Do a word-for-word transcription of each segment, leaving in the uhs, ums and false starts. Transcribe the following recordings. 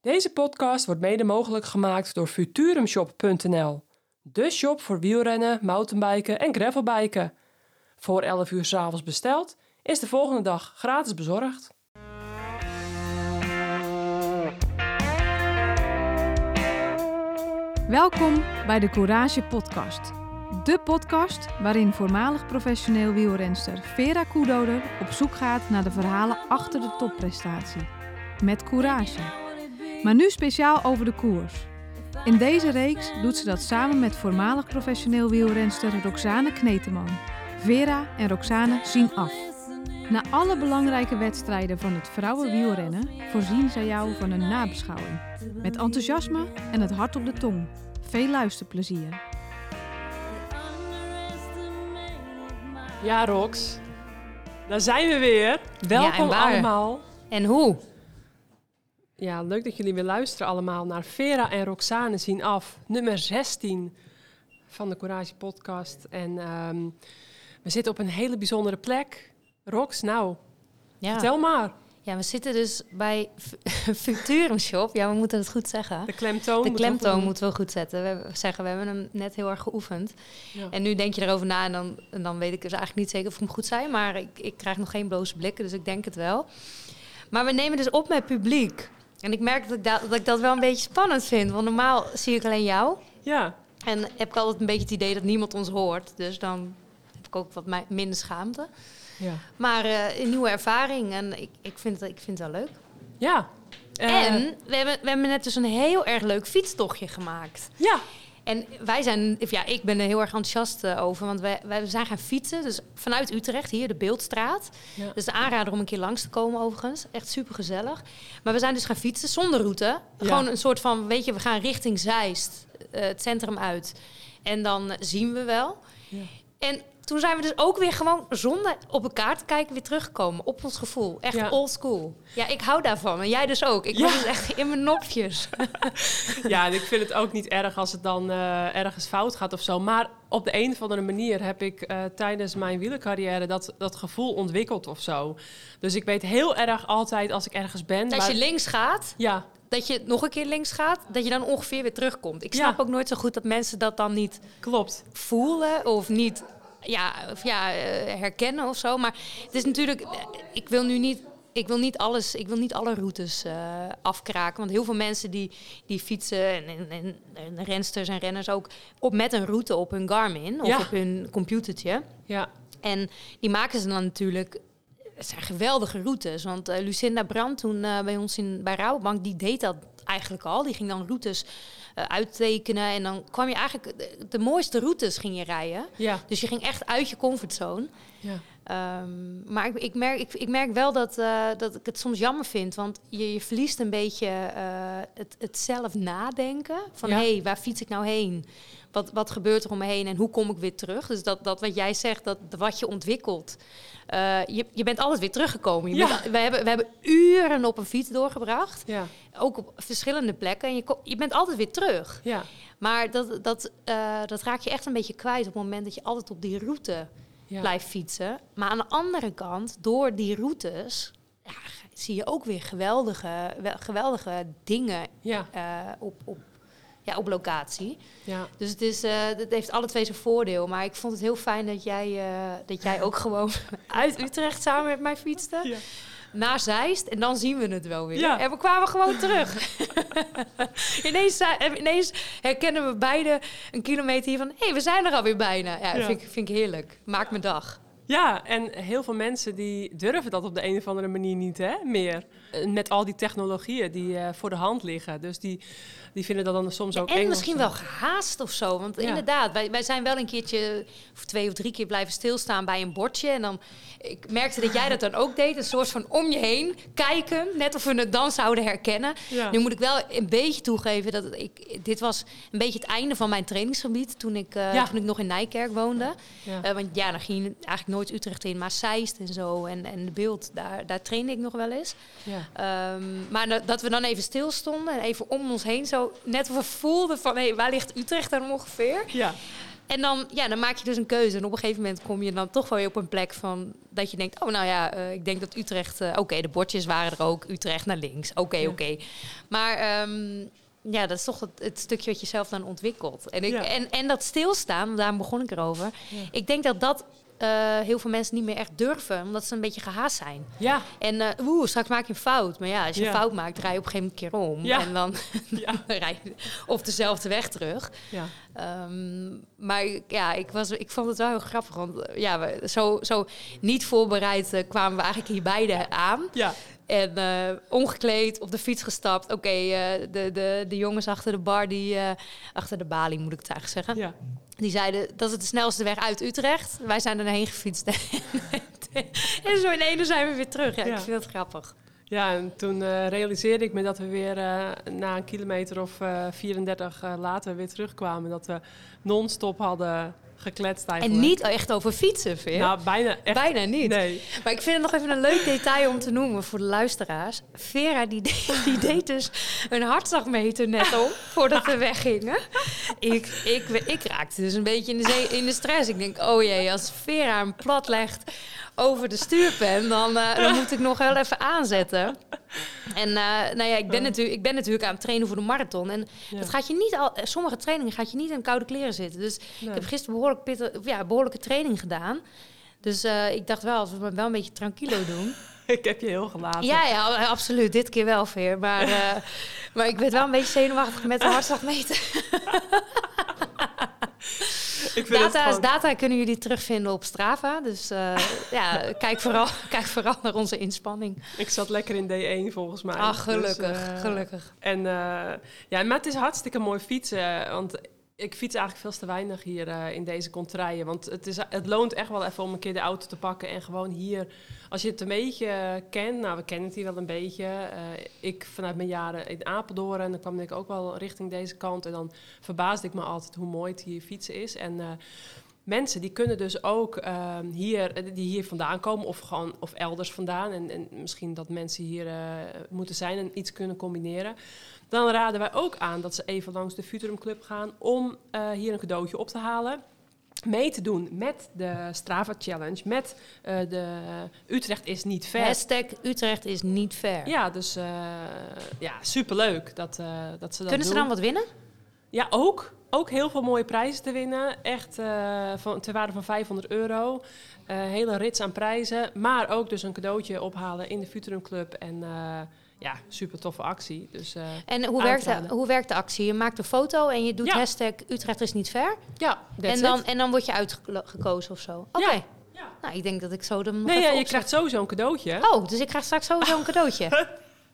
Deze podcast wordt mede mogelijk gemaakt door futurumshop punt n l. De shop voor wielrennen, mountainbiken en gravelbiken. Voor elf uur 's avonds besteld, is de volgende dag gratis bezorgd. Welkom bij de Courage Podcast. De podcast waarin voormalig professioneel wielrenster Vera Koedoder op zoek gaat naar de verhalen achter de topprestatie. Met courage. Maar nu speciaal over de koers. In deze reeks doet ze dat samen met voormalig professioneel wielrenster Roxane Kneteman. Vera en Roxane zien af. Na alle belangrijke wedstrijden van het vrouwenwielrennen voorzien zij jou van een nabeschouwing. Met enthousiasme en het hart op de tong. Veel luisterplezier. Ja, Rox. Daar zijn we weer. Welkom ja, allemaal. En hoe? Ja, leuk dat jullie weer luisteren allemaal naar Vera en Roxane zien af. Nummer zestien van de Courage Podcast. En um, we zitten op een hele bijzondere plek. Rox, nou, Ja. vertel maar. Ja, we zitten dus bij Futurumshop. Ja, we moeten het goed zeggen. De klemtoon. De moeten we klemtoon goed moeten we goed zetten. We hebben, zeggen, we hebben hem net heel erg geoefend. Ja. En nu denk je erover na en dan, en dan weet ik dus eigenlijk niet zeker of ik hem goed zei. Maar ik, ik krijg nog geen boze blikken, dus ik denk het wel. Maar we nemen dus op met publiek. En ik merk dat ik, da- dat ik dat wel een beetje spannend vind. Want normaal zie ik alleen jou. Ja, En heb ik altijd een beetje het idee dat niemand ons hoort. Dus dan heb ik ook wat mi- minder schaamte. ja. Maar uh, een nieuwe ervaring en ik, ik, vind het, ik vind het wel leuk. Ja. Uh, En we hebben, we hebben net dus een heel erg leuk fietstochtje gemaakt. Ja. En wij zijn, of ja, ik ben er heel erg enthousiast uh, over, want wij, wij zijn gaan fietsen. Dus vanuit Utrecht, hier de Beeldstraat. Ja. Dus de aanrader om een keer langs te komen overigens. Echt super gezellig. Maar we zijn dus gaan fietsen zonder route. Ja. Gewoon een soort van, weet je, we gaan richting Zeist, uh, het centrum uit. En dan uh, zien we wel. Ja. En toen zijn we dus ook weer gewoon zonder op elkaar te kijken weer teruggekomen. Op ons gevoel. Echt Ja. old school. Ja, ik hou daarvan. En jij dus ook. Ik Ja. was dus echt in mijn nopjes. Ja, en ik vind het ook niet erg als het dan uh, ergens fout gaat of zo. Maar op de een of andere manier heb ik uh, tijdens mijn wielercarrière dat, dat gevoel ontwikkeld of zo. Dus ik weet heel erg altijd als ik ergens ben. Als waar- je links gaat, Ja, dat je nog een keer links gaat, dat je dan ongeveer weer terugkomt. Ik snap Ja. ook nooit zo goed dat mensen dat dan niet klopt. voelen of niet ja, of ja, uh, herkennen of zo. Maar het is natuurlijk, uh, ik wil nu niet, ik wil niet alles, ik wil niet alle routes uh, afkraken. Want heel veel mensen die, die fietsen en, en, en, en rensters en renners ook op met een route op hun Garmin of Ja. op hun computertje. Ja, En die maken ze dan natuurlijk. Het zijn geweldige routes. Want uh, Lucinda Brandt toen uh, bij ons in, bij Rabobank, die deed dat eigenlijk al. Die ging dan routes uh, uittekenen. En dan kwam je eigenlijk... De, de mooiste routes ging je rijden. ja, Dus je ging echt uit je comfortzone. ja. Um, maar ik, ik, merk, ik, ik merk wel dat, uh, dat ik het soms jammer vind. Want je, je verliest een beetje uh, het, het zelf nadenken. Van, Ja. hé, hey, waar fiets ik nou heen? Wat, wat gebeurt er om me heen en hoe kom ik weer terug? Dus dat, dat wat jij zegt, dat wat je ontwikkelt. Uh, je, je bent altijd weer teruggekomen. Je Ja. bent, we, hebben, we hebben uren op een fiets doorgebracht. Ja, Ook op verschillende plekken. En je, ko- je bent altijd weer terug. ja, Maar dat, dat, uh, dat raak je echt een beetje kwijt op het moment dat je altijd op die route ja. blijft fietsen. Maar aan de andere kant, door die routes, ja, zie je ook weer geweldige, wel, geweldige dingen Ja, uh, op, op, ja, op locatie. ja. Dus het, is, uh, het heeft alle twee zijn voordeel. Maar ik vond het heel fijn dat jij, uh, dat jij ook gewoon uit Utrecht samen met mij fietste. Ja. Naar Zeist en dan zien we het wel weer. Ja. En we kwamen gewoon terug. ineens, ineens herkennen we beide een kilometer hier van... hé, hey, we zijn er alweer bijna. Ja, dat Ja. vind, ik, vind ik heerlijk. Maakt mijn dag. Ja, en heel veel mensen die durven dat op de een of andere manier niet, hè, meer. Eh, Met al die technologieën die uh, voor de hand liggen. Dus die, die vinden dat dan soms ook eng En of misschien zo. wel gehaast of zo. Want Ja. inderdaad, wij, wij zijn wel een keertje... of twee of drie keer blijven stilstaan bij een bordje. En dan... Ik merkte dat jij dat dan ook deed. Een soort van om je heen kijken. Net of we het dan zouden herkennen. Ja. Nu moet ik wel een beetje toegeven dat ik... Dit was een beetje het einde van mijn trainingsgebied... toen ik, uh, Ja. toen ik nog in Nijkerk woonde. Ja. Uh, want ja, dan ging je eigenlijk nooit Utrecht in. Maar Zeist en zo. En, en de Beeld, daar, daar trainde ik nog wel eens. Ja. Um, maar dat, dat we dan even stilstonden en even om ons heen zo net of we voelden van... hé, hey, waar ligt Utrecht dan ongeveer? Ja. En dan, ja, dan maak je dus een keuze. En op een gegeven moment kom je dan toch wel weer op een plek van... dat je denkt, oh nou ja, uh, ik denk dat Utrecht... Uh, Oké, okay, de bordjes waren er ook. Utrecht naar links. Oké, okay, ja. oké. Okay. Maar um, ja, dat is toch het, het stukje wat je zelf dan ontwikkelt. En, ik, ja. en, en dat stilstaan, daarom begon ik erover. Ja. Ik denk dat dat... Uh, heel veel mensen niet meer echt durven, omdat ze een beetje gehaast zijn. Ja. En uh, oeh, straks maak je een fout. Maar ja, als je ja. een fout maakt, draai je op een gegeven moment een keer om. Ja. En dan ja. rij je op dezelfde weg terug. Ja. Um, maar ja, ik, was, ik vond het wel heel grappig. Want ja, we, zo, zo niet voorbereid uh, kwamen we eigenlijk hier beide aan. Ja. En uh, ongekleed, op de fiets gestapt. Oké, okay, uh, de, de, de jongens achter de bar, die, uh, achter de balie moet ik het eigenlijk zeggen. Ja. Die zeiden, dat is de snelste weg uit Utrecht. Wij zijn erheen gefietst. En zo in ene zijn we weer terug. Ja, ja. Ik vind dat grappig. Ja, en toen uh, realiseerde ik me dat we weer uh, na een kilometer of uh, vierendertig uh, later weer terugkwamen. Dat we non-stop hadden gekletst eigenlijk. En niet echt over fietsen, Veer. Nou, bijna echt. Bijna niet. Nee. Maar ik vind het nog even een leuk detail om te noemen voor de luisteraars. Vera, die deed, die deed dus een hartslagmeter net om voordat we weggingen. Ik, ik, ik raakte dus een beetje in de, zee, in de stress. Ik denk, oh jee, als Vera hem plat legt over de stuurpen, dan, uh, dan moet ik nog wel even aanzetten. En uh, nou ja, ik ben, natuurlijk, ik ben natuurlijk aan het trainen voor de marathon. En ja. dat gaat je niet al, sommige trainingen gaat je niet in koude kleren zitten. Dus nee. ik heb gisteren behoorlijk pittig, ja, behoorlijke training gedaan. Dus uh, ik dacht wel, als we wel een beetje tranquilo doen. Ik heb je heel gelaten. Ja, ja, absoluut. Dit keer wel, Veer. Maar, uh, maar ik werd wel een beetje zenuwachtig met de hartslagmeter. Ik vind data, gewoon... data kunnen jullie terugvinden op Strava. Dus uh, ja, kijk vooral, kijk vooral naar onze inspanning. Ik zat lekker in D één volgens mij. Ah, gelukkig, dus, uh, gelukkig. En uh, ja, maar het is hartstikke mooi fietsen. Want ik fiets eigenlijk veel te weinig hier uh, in deze contraien. Want het, is, het loont echt wel even om een keer de auto te pakken. En gewoon hier, als je het een beetje kent. Nou, we kennen het hier wel een beetje. Uh, ik vanuit mijn jaren in Apeldoorn. En dan kwam ik ook wel richting deze kant. En dan verbaasde ik me altijd hoe mooi het hier fietsen is. En uh, mensen die kunnen dus ook uh, hier, die hier vandaan komen. Of gewoon of elders vandaan. En, en misschien dat mensen hier uh, moeten zijn en iets kunnen combineren. Dan raden wij ook aan dat ze even langs de Futurum Club gaan om uh, hier een cadeautje op te halen. Mee te doen met de Strava Challenge, met uh, de Utrecht is niet ver. Hashtag Utrecht is niet ver. Ja, dus uh, ja, superleuk dat, uh, dat ze dat Kunnen doen. ze dan wat winnen? Ja, ook. Ook heel veel mooie prijzen te winnen. Echt uh, van, ter waarde van vijfhonderd euro. Uh, hele rits aan prijzen. Maar ook dus een cadeautje ophalen in de Futurum Club. En uh, ja, super toffe actie. Dus, uh, en hoe werkt, de, hoe werkt de actie? Je maakt een foto en je doet ja. hashtag Utrecht is niet ver. Ja, en dan, en dan word je uitgekozen of zo? Oké. Okay. Ja. Ja. Nou, ik denk dat ik zo dan nog nee, even ja, je krijgt sowieso een cadeautje. Oh, dus ik krijg straks sowieso een cadeautje.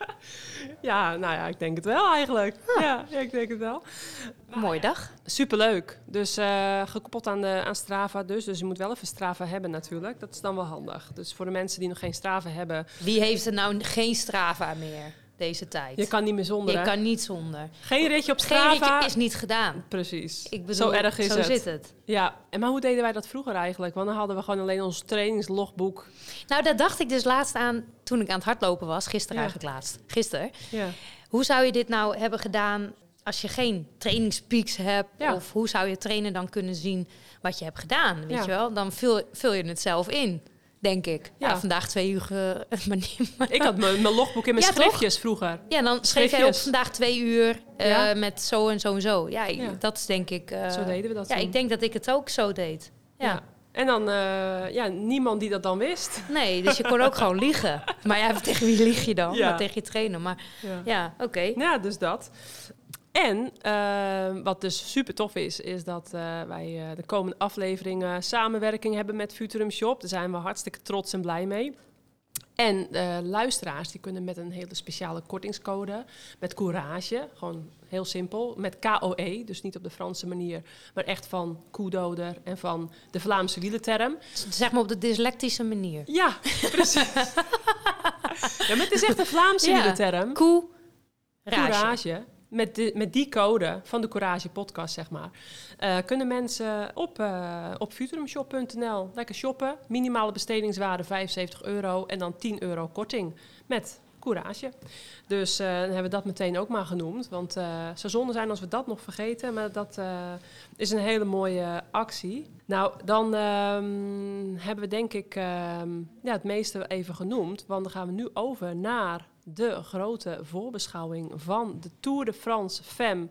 Ja, nou ja, ik denk het wel eigenlijk. Ah. Ja, ja, ik denk het wel. Maar, mooie dag. Superleuk. Dus uh, gekoppeld aan, de, aan Strava dus. Dus je moet wel even Strava hebben natuurlijk. Dat is dan wel handig. Dus voor de mensen die nog geen Strava hebben. Wie heeft er nou geen Strava meer deze tijd? Je kan niet meer zonder. Je hè? kan niet zonder. Geen ritje op Strava. Geen ritje is niet gedaan. Precies. Ik bedoel, zo erg is zo het. Zo zit het. Ja, en maar hoe deden wij dat vroeger eigenlijk? Want dan hadden we gewoon alleen ons trainingslogboek. Nou, daar dacht ik dus laatst aan toen ik aan het hardlopen was. Gisteren ja. eigenlijk laatst. Gisteren. Ja. Hoe zou je dit nou hebben gedaan als je geen trainingspeaks hebt? Ja. Of hoe zou je trainer dan kunnen zien wat je hebt gedaan? Weet ja. je wel? Dan vul, vul je het zelf in. Denk ik. Ja. Ja, vandaag twee uur... Ge... maar niet, maar... Ik had mijn logboek in mijn ja, schriftjes toch? vroeger. Ja, dan schreef jij op vandaag twee uur uh, ja. met zo en zo en zo. Ja, ik, ja. dat is denk ik... Uh, zo deden we dat Ja, toen. Ik denk dat ik het ook zo deed. Ja. ja. En dan, uh, ja, niemand die dat dan wist. Nee, dus je kon ook gewoon liegen. Maar ja, tegen wie lieg je dan? Ja. Maar tegen je trainer. Maar ja, ja oké. Okay. Ja, dus dat. En uh, wat dus super tof is, is dat uh, wij uh, de komende afleveringen samenwerking hebben met Futurum Shop. Daar zijn we hartstikke trots en blij mee. En uh, luisteraars die kunnen met een hele speciale kortingscode, met Courage, gewoon heel simpel, met K O E, dus niet op de Franse manier, maar echt van koedoder en van de Vlaamse wielerterm. Zeg maar op de dyslectische manier. Ja, precies. Ja, maar het is echt een Vlaamse ja. wielerterm. Courage. Courage. Met, de, met die code van de Courage podcast, zeg maar, uh, kunnen mensen op, uh, op futurumshop punt n l lekker shoppen. Minimale bestedingswaarde vijfenzeventig euro en dan tien euro korting met Courage. Dus uh, dan hebben we dat meteen ook maar genoemd. Want uh, het zou zonde zijn als we dat nog vergeten. Maar dat uh, is een hele mooie actie. Nou, dan uh, hebben we denk ik uh, ja, het meeste even genoemd. Want dan gaan we nu over naar de grote voorbeschouwing van de Tour de France Femme.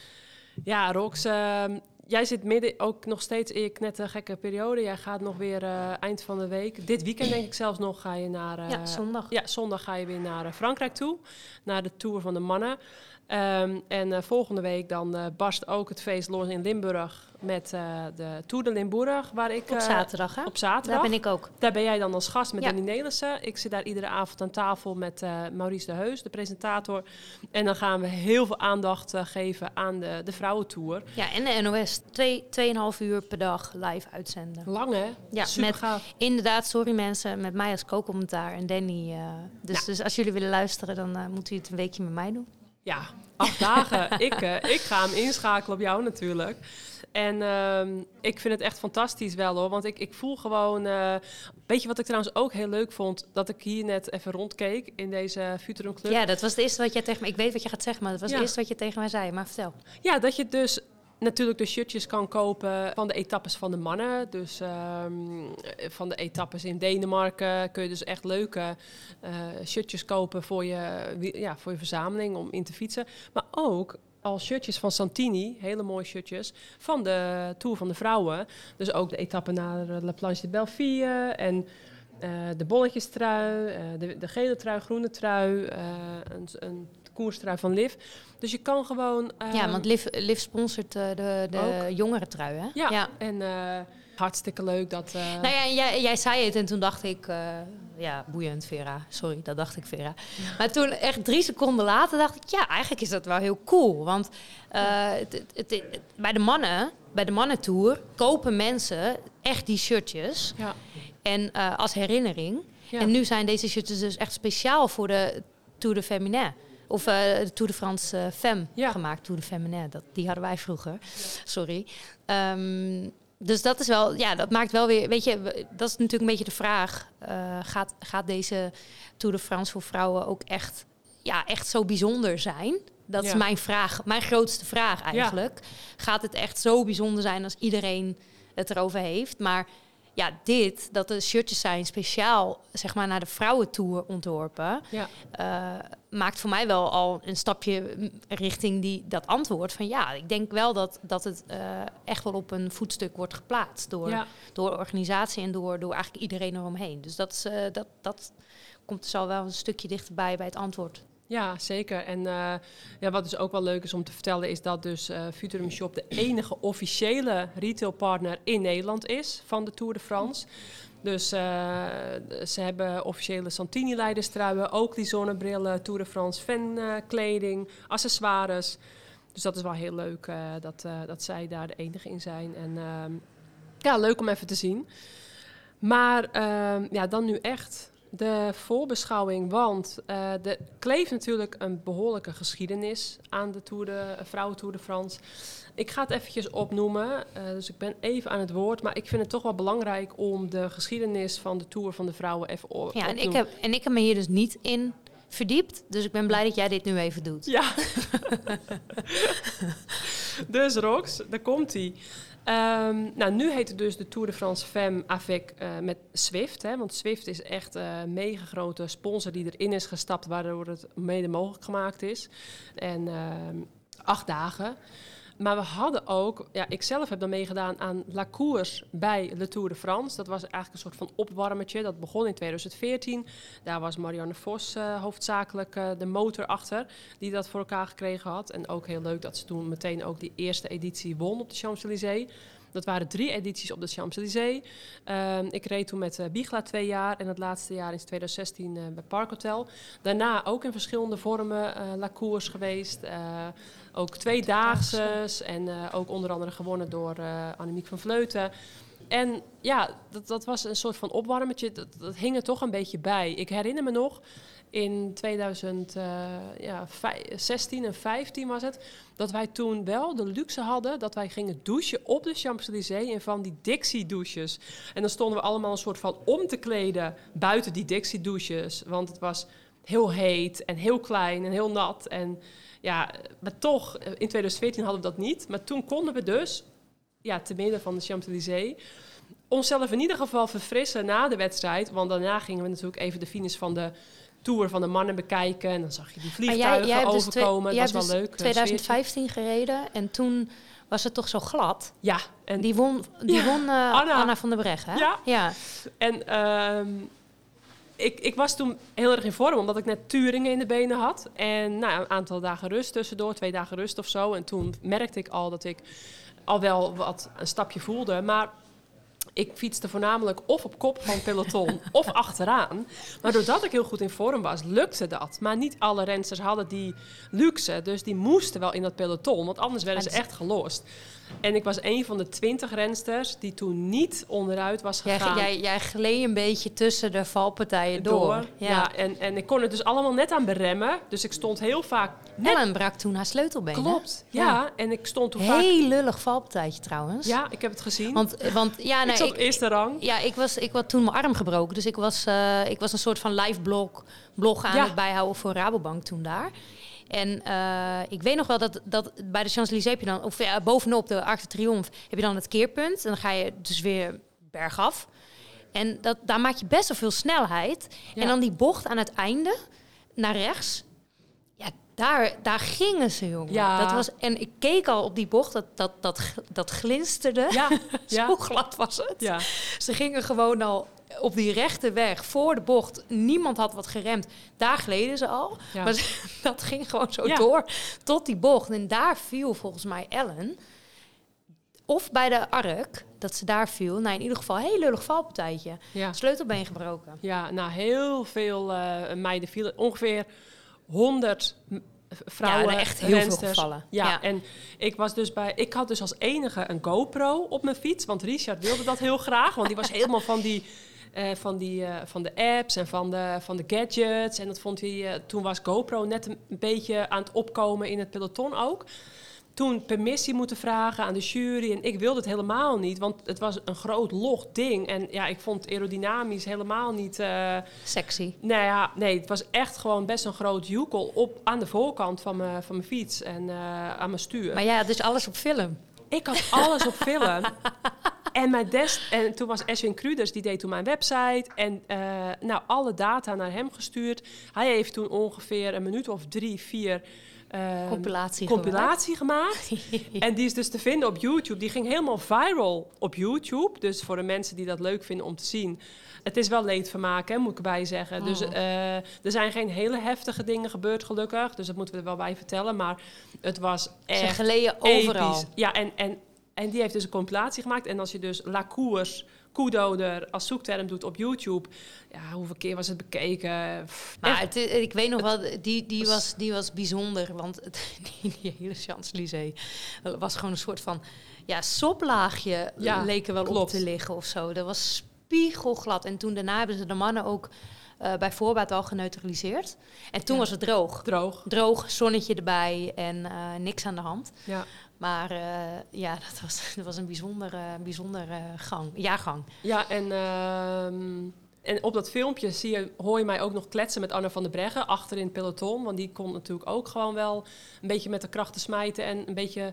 Ja, Rox, uh, jij zit midden ook nog steeds in je knettergekke periode. Jij gaat nog weer uh, eind van de week. Dit weekend denk ik zelfs nog ga je naar... Uh, ja, zondag. Ja, zondag ga je weer naar uh, Frankrijk toe. Naar de Tour van de mannen. Um, en uh, volgende week dan uh, barst ook het feest los in Limburg met uh, de Tour de Limburg. Waar ik, op uh, zaterdag, hè? Op zaterdag. Daar ben ik ook. Daar ben jij dan als gast met ja. Danny Nelissen. Ik zit daar iedere avond aan tafel met uh, Maurice de Heus, de presentator. En dan gaan we heel veel aandacht uh, geven aan de, de vrouwentour. Ja, en de N O S. Twee, tweeënhalf uur per dag live uitzenden. Lang, hè? Ja, super met, gaaf. Inderdaad, sorry mensen, met mij als co-commentaar en Danny. Uh, dus, ja. dus als jullie willen luisteren, dan uh, moeten jullie het een weekje met mij doen. Ja, acht dagen. ik, uh, ik ga hem inschakelen op jou natuurlijk. En uh, ik vind het echt fantastisch wel hoor. Want ik, ik voel gewoon... Uh, weet je wat ik trouwens ook heel leuk vond? Dat ik hier net even rondkeek in deze Futurum Club. Ja, dat was het eerste wat jij tegen mij... Ik weet wat je gaat zeggen, maar dat was ja. het eerste wat je tegen mij zei. Maar vertel. Ja, dat je dus... natuurlijk de shirtjes kan kopen van de etappes van de mannen. Dus um, van de etappes in Denemarken kun je dus echt leuke uh, shirtjes kopen voor je, ja, voor je verzameling om in te fietsen. Maar ook al shirtjes van Santini, hele mooie shirtjes, van de Tour van de Vrouwen. Dus ook de etappe naar La Planche de Belleville en uh, de bolletjestrui, uh, de, de gele trui, groene trui, uh, een, een koerstrui van Liv. Dus je kan gewoon... Uh, ja, want Liv, Liv sponsort uh, de, de jongere trui, hè? Ja, ja. en uh, hartstikke leuk dat... Uh... Nou ja, jij, jij zei het en toen dacht ik... Uh, ja, boeiend, Vera. Sorry, dat dacht ik, Vera. Ja. Maar toen, echt drie seconden later, dacht ik... Ja, eigenlijk is dat wel heel cool. Want uh, het, het, het, het, bij de mannen, bij de mannentour... kopen mensen echt die shirtjes. Ja. En uh, als herinnering. Ja. En nu zijn deze shirtjes dus echt speciaal voor de Tour de Féminin. Of uh, de Tour de France uh, Femme ja. gemaakt. Tour de Féminin, dat, die hadden wij vroeger. Sorry. Um, dus dat is wel, ja, dat maakt wel weer, weet je, dat is natuurlijk een beetje de vraag. Uh, gaat, gaat deze Tour de France voor vrouwen ook echt, ja, echt zo bijzonder zijn? Dat ja. is mijn vraag, mijn grootste vraag eigenlijk. Ja. Gaat het echt zo bijzonder zijn als iedereen het erover heeft? Maar ja, dit, dat de shirtjes zijn speciaal, zeg maar, naar de vrouwentour ontworpen, ja. uh, maakt voor mij wel al een stapje richting die, dat antwoord van ja, ik denk wel dat, dat het uh, echt wel op een voetstuk wordt geplaatst door, ja. door de organisatie en door, door eigenlijk iedereen eromheen. Dus dat, is, uh, dat, dat komt dus al wel een stukje dichterbij bij het antwoord. Ja, zeker. En uh, ja, wat dus ook wel leuk is om te vertellen... is dat dus uh, Futurum Shop de enige officiële retailpartner in Nederland is... van de Tour de France. Dus uh, ze hebben officiële Santini-leiderstruien... ook die zonnebrillen, Tour de France fankleding, accessoires. Dus dat is wel heel leuk uh, dat, uh, dat zij daar de enige in zijn. En uh, ja, leuk om even te zien. Maar uh, ja, dan nu echt... de voorbeschouwing, want uh, er kleeft natuurlijk een behoorlijke geschiedenis aan de Tour de uh, Vrouwen-Tour de France. Ik ga het eventjes opnoemen, uh, dus ik ben even aan het woord, maar ik vind het toch wel belangrijk om de geschiedenis van de Tour van de Vrouwen even op te noemen. Ja, en ik, heb, en ik heb me hier dus niet in verdiept, dus ik ben blij dat jij dit nu even doet. Ja. Dus Rox, daar komt-ie. Um, nou, nu heet het dus de Tour de France Femme avec uh, met Zwift. Hè, want Zwift is echt een uh, mega grote sponsor die erin is gestapt, waardoor het mede mogelijk gemaakt is. En uh, acht dagen. Maar we hadden ook, ja, ik zelf heb dan meegedaan aan La Course bij Le Tour de France. Dat was eigenlijk een soort van opwarmertje. Dat begon in tweeduizend veertien. Daar was Marianne Vos uh, hoofdzakelijk uh, de motor achter die dat voor elkaar gekregen had. En ook heel leuk dat ze toen meteen ook die eerste editie won op de Champs-Élysées. Dat waren drie edities op de Champs-Élysées. Uh, ik reed toen met uh, Bigla twee jaar en het laatste jaar in tweeduizend zestien uh, bij Parkhotel. Daarna ook in verschillende vormen uh, La Course geweest. Uh, ook tweedaagses en uh, ook onder andere gewonnen door uh, Annemiek van Vleuten. En ja, dat, dat was een soort van opwarmetje. Dat, dat hing er toch een beetje bij. Ik herinner me nog, in tweeduizend zestien en vijftien was het, dat wij toen wel de luxe hadden dat wij gingen douchen op de Champs-Élysées in van die Dixie-douches. En dan stonden we allemaal een soort van om te kleden buiten die Dixie-douches. Want het was heel heet en heel klein en heel nat. En ja, maar toch, in twintig veertien hadden we dat niet. Maar toen konden we dus, ja, te midden van de Champs-Élysées, onszelf in ieder geval verfrissen na de wedstrijd. Want daarna gingen we natuurlijk even de finish van de Tour van de mannen bekijken. En dan zag je die vliegtuigen jij, jij overkomen. Dus dat was dus wel leuk. twintig vijftien gereden en toen was het toch zo glad. Ja. En die won, die ja, won uh, Anna. Anna van der Breggen, hè? Ja. ja. En um, ik, ik was toen heel erg in vorm, omdat ik net Turingen in de benen had. En nou, een aantal dagen rust tussendoor, twee dagen rust of zo. En toen merkte ik al dat ik al wel wat een stapje voelde. Maar ik fietste voornamelijk of op kop van het peloton of achteraan. Maar doordat ik heel goed in vorm was, lukte dat. Maar niet alle rensters hadden die luxe. Dus die moesten wel in dat peloton, want anders werden ze echt gelost. En ik was een van de twintig rensters die toen niet onderuit was gegaan. Jij, jij, jij gleed een beetje tussen de valpartijen door. door. Ja, ja en, en ik kon het dus allemaal net aan beremmen. Dus ik stond heel vaak... Net... Ellen brak toen haar sleutelbeen. Klopt, ja. ja. En ik stond toen heel vaak... Heel lullig valpartijtje trouwens. Ja, ik heb het gezien. Want, want ja, nee, ik zat op eerste rang. Ja, ik was, ik had toen mijn arm gebroken. Dus ik was, uh, ik was een soort van live blog, blog aan ja. het bijhouden voor Rabobank toen daar. En uh, ik weet nog wel dat, dat bij de Champs-Élysées heb je dan, of ja, bovenop de Arc de Triomphe, heb je dan het keerpunt. En dan ga je dus weer bergaf. En dat, daar maak je best wel veel snelheid. Ja. En dan die bocht aan het einde, naar rechts. Ja, daar, daar gingen ze, jongen. Ja. Dat was, en ik keek al op die bocht, dat, dat, dat, dat glinsterde. Ja. Zo ja. glad was het. Ja. Ze gingen gewoon al op die rechte weg voor de bocht. Niemand had wat geremd. Daar gleden ze al. Ja. Maar ze, dat ging gewoon zo ja. door tot die bocht. En daar viel volgens mij Ellen. Of bij de Arc, dat ze daar viel. Nou, in ieder geval een heel lullig valpartijtje. Ja. Sleutelbeen gebroken. Ja, nou, heel veel uh, meiden vielen. Ongeveer honderd vrouwen. Ja, echt heel veel gevallen. Ja, ja, en ik was dus bij... Ik had dus als enige een GoPro op mijn fiets. Want Richard wilde dat heel graag. Want die was helemaal van die... Uh, van, die, uh, van de apps en van de, van de gadgets. En dat vond hij... Uh, toen was GoPro net een, een beetje aan het opkomen in het peloton ook. Toen permissie moeten vragen aan de jury. En ik wilde het helemaal niet, want het was een groot log ding. En ja, ik vond het aerodynamisch helemaal niet... Uh, sexy. Nou ja, nee, het was echt gewoon best een groot joekel op aan de voorkant van mijn, van mijn fiets en uh, aan mijn stuur. Maar ja, dus alles op film. Ik had alles op film. En, mijn des, en toen was Edwin Kruders, die deed toen mijn website. En uh, nou, alle data naar hem gestuurd. Hij heeft toen ongeveer een minuut of drie, vier... Uh, compilatie, compilatie gemaakt. En die is dus te vinden op YouTube. Die ging helemaal viral op YouTube. Dus voor de mensen die dat leuk vinden om te zien. Het is wel leedvermaak, hè, moet ik erbij zeggen. Oh. Dus uh, er zijn geen hele heftige dingen gebeurd, gelukkig. Dus dat moeten we er wel bij vertellen. Maar het was echt Ze geleden overal. Episch. Ja, en, en, en die heeft dus een compilatie gemaakt. En als je dus La Course, koedoder als zoekterm doet op YouTube... Ja, hoeveel keer was het bekeken? Pff, maar het, ik weet nog wel, die, die, was, die was bijzonder. Want het, die, die hele Champs-Élysées was gewoon een soort van... Ja, soplaagje ja, leek er wel klopt. op te liggen of zo. Dat was spiegelglad. En toen daarna hebben ze de mannen ook uh, bij voorbaat al geneutraliseerd. En toen ja. was het droog. Droog. Droog, zonnetje erbij en uh, niks aan de hand. Ja. Maar uh, ja, dat was, dat was een bijzondere, bijzondere gang, jaargang. Ja, en, uh, en op dat filmpje zie je, hoor je mij ook nog kletsen met Anna van der Breggen achter in het peloton. Want die kon natuurlijk ook gewoon wel een beetje met de krachten smijten en een beetje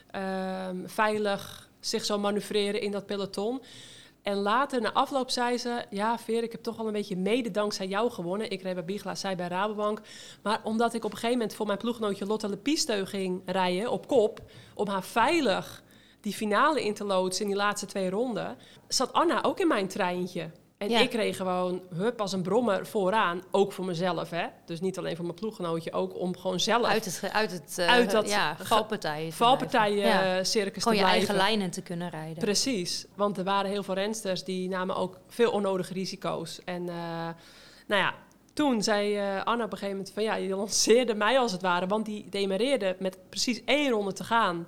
uh, veilig zich zo manoeuvreren in dat peloton. En later, na afloop, zei ze... Ja, Veer, ik heb toch wel een beetje mede dankzij jou gewonnen. Ik reed bij Bigla, zij bij Rabobank. Maar omdat ik op een gegeven moment voor mijn ploeggenootje Lotte Lepiste ging rijden op kop... om haar veilig die finale in te loodsen in die laatste twee ronden... zat Anna ook in mijn treintje. En ja. ik reed gewoon, hup, als een brommer vooraan. Ook voor mezelf, hè. Dus niet alleen voor mijn ploeggenootje, ook om gewoon zelf... Uit het, uit het uh, uit dat ja, valpartijen valpartijen-circus ja. te je blijven. eigen lijnen te kunnen rijden. Precies, want er waren heel veel rensters die namen ook veel onnodige risico's. En uh, nou ja, toen zei uh, Anna op een gegeven moment van... ja, je lanceerde mij als het ware, want die demareerde met precies één ronde te gaan...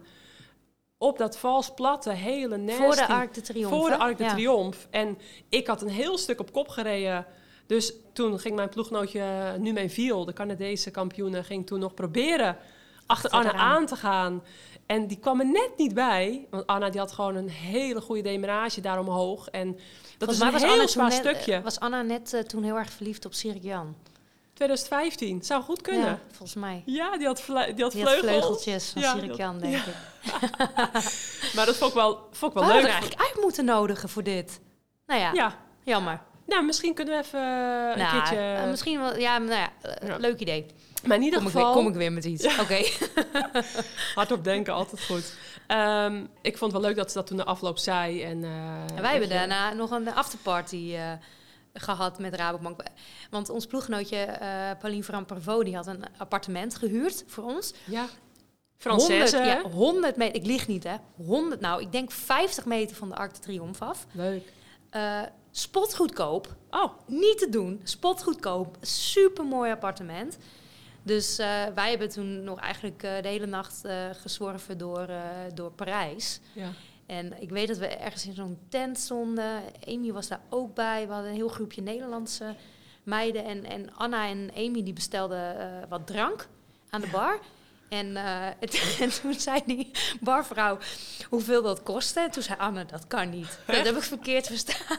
op dat vals platte, hele nasty... Voor de Arc de Triomphe. Voor de Arc de ja. Triomphe. En ik had een heel stuk op kop gereden. Dus toen ging mijn ploeggenootje Numain Viel, de Canadese kampioene... ging toen nog proberen achter Anna aan te gaan. En die kwam er net niet bij. Want Anna die had gewoon een hele goede demarage daar omhoog. En dat is een heel zwaar stukje. Was Anna net uh, toen heel erg verliefd op Sirik Jan? twintig vijftien, zou goed kunnen. Ja, volgens mij. Ja, die had, vle- die had Die vleugels. had vleugeltjes van Ja, Siri dat- Khan, denk ja. ik. Maar dat vond ik wel, vond ik We wel hadden leuk. er eigenlijk uit moeten nodigen voor dit. Nou ja, Ja, jammer. nou, misschien kunnen we even eh, een Nou, keertje... eh, misschien wel, ja, nou ja, eh, Ja. leuk idee. maar in ieder Kom ik, weer, geval, kom ik weer met iets. Oké. hardop denken, altijd goed. Ehm, ik vond het wel leuk dat ze dat toen de afloop zei. En, eh, En wij hebben dat je- daarna nog een afterparty eh, gehad met Rabobank. Want ons ploeggenootje uh, Pauline van Parvaux, die had een appartement gehuurd voor ons. Ja, honderd, Française, hè? ja, honderd meter, ik lieg niet hè, honderd, nou ik denk vijftig meter van de Arc de Triomphe af. Leuk. Uh, spotgoedkoop, Oh, niet te doen, spotgoedkoop, supermooi appartement. Dus uh, wij hebben toen nog eigenlijk uh, de hele nacht uh, gezworven door, uh, door Parijs. ja. En ik weet dat we ergens in zo'n tent stonden. Amy was daar ook bij. We hadden een heel groepje Nederlandse meiden. En, en Anna en Amy die bestelden uh, wat drank aan de bar. En, uh, het, en toen zei die barvrouw hoeveel dat kostte. En toen zei Anna, dat kan niet. Dat heb ik verkeerd verstaan.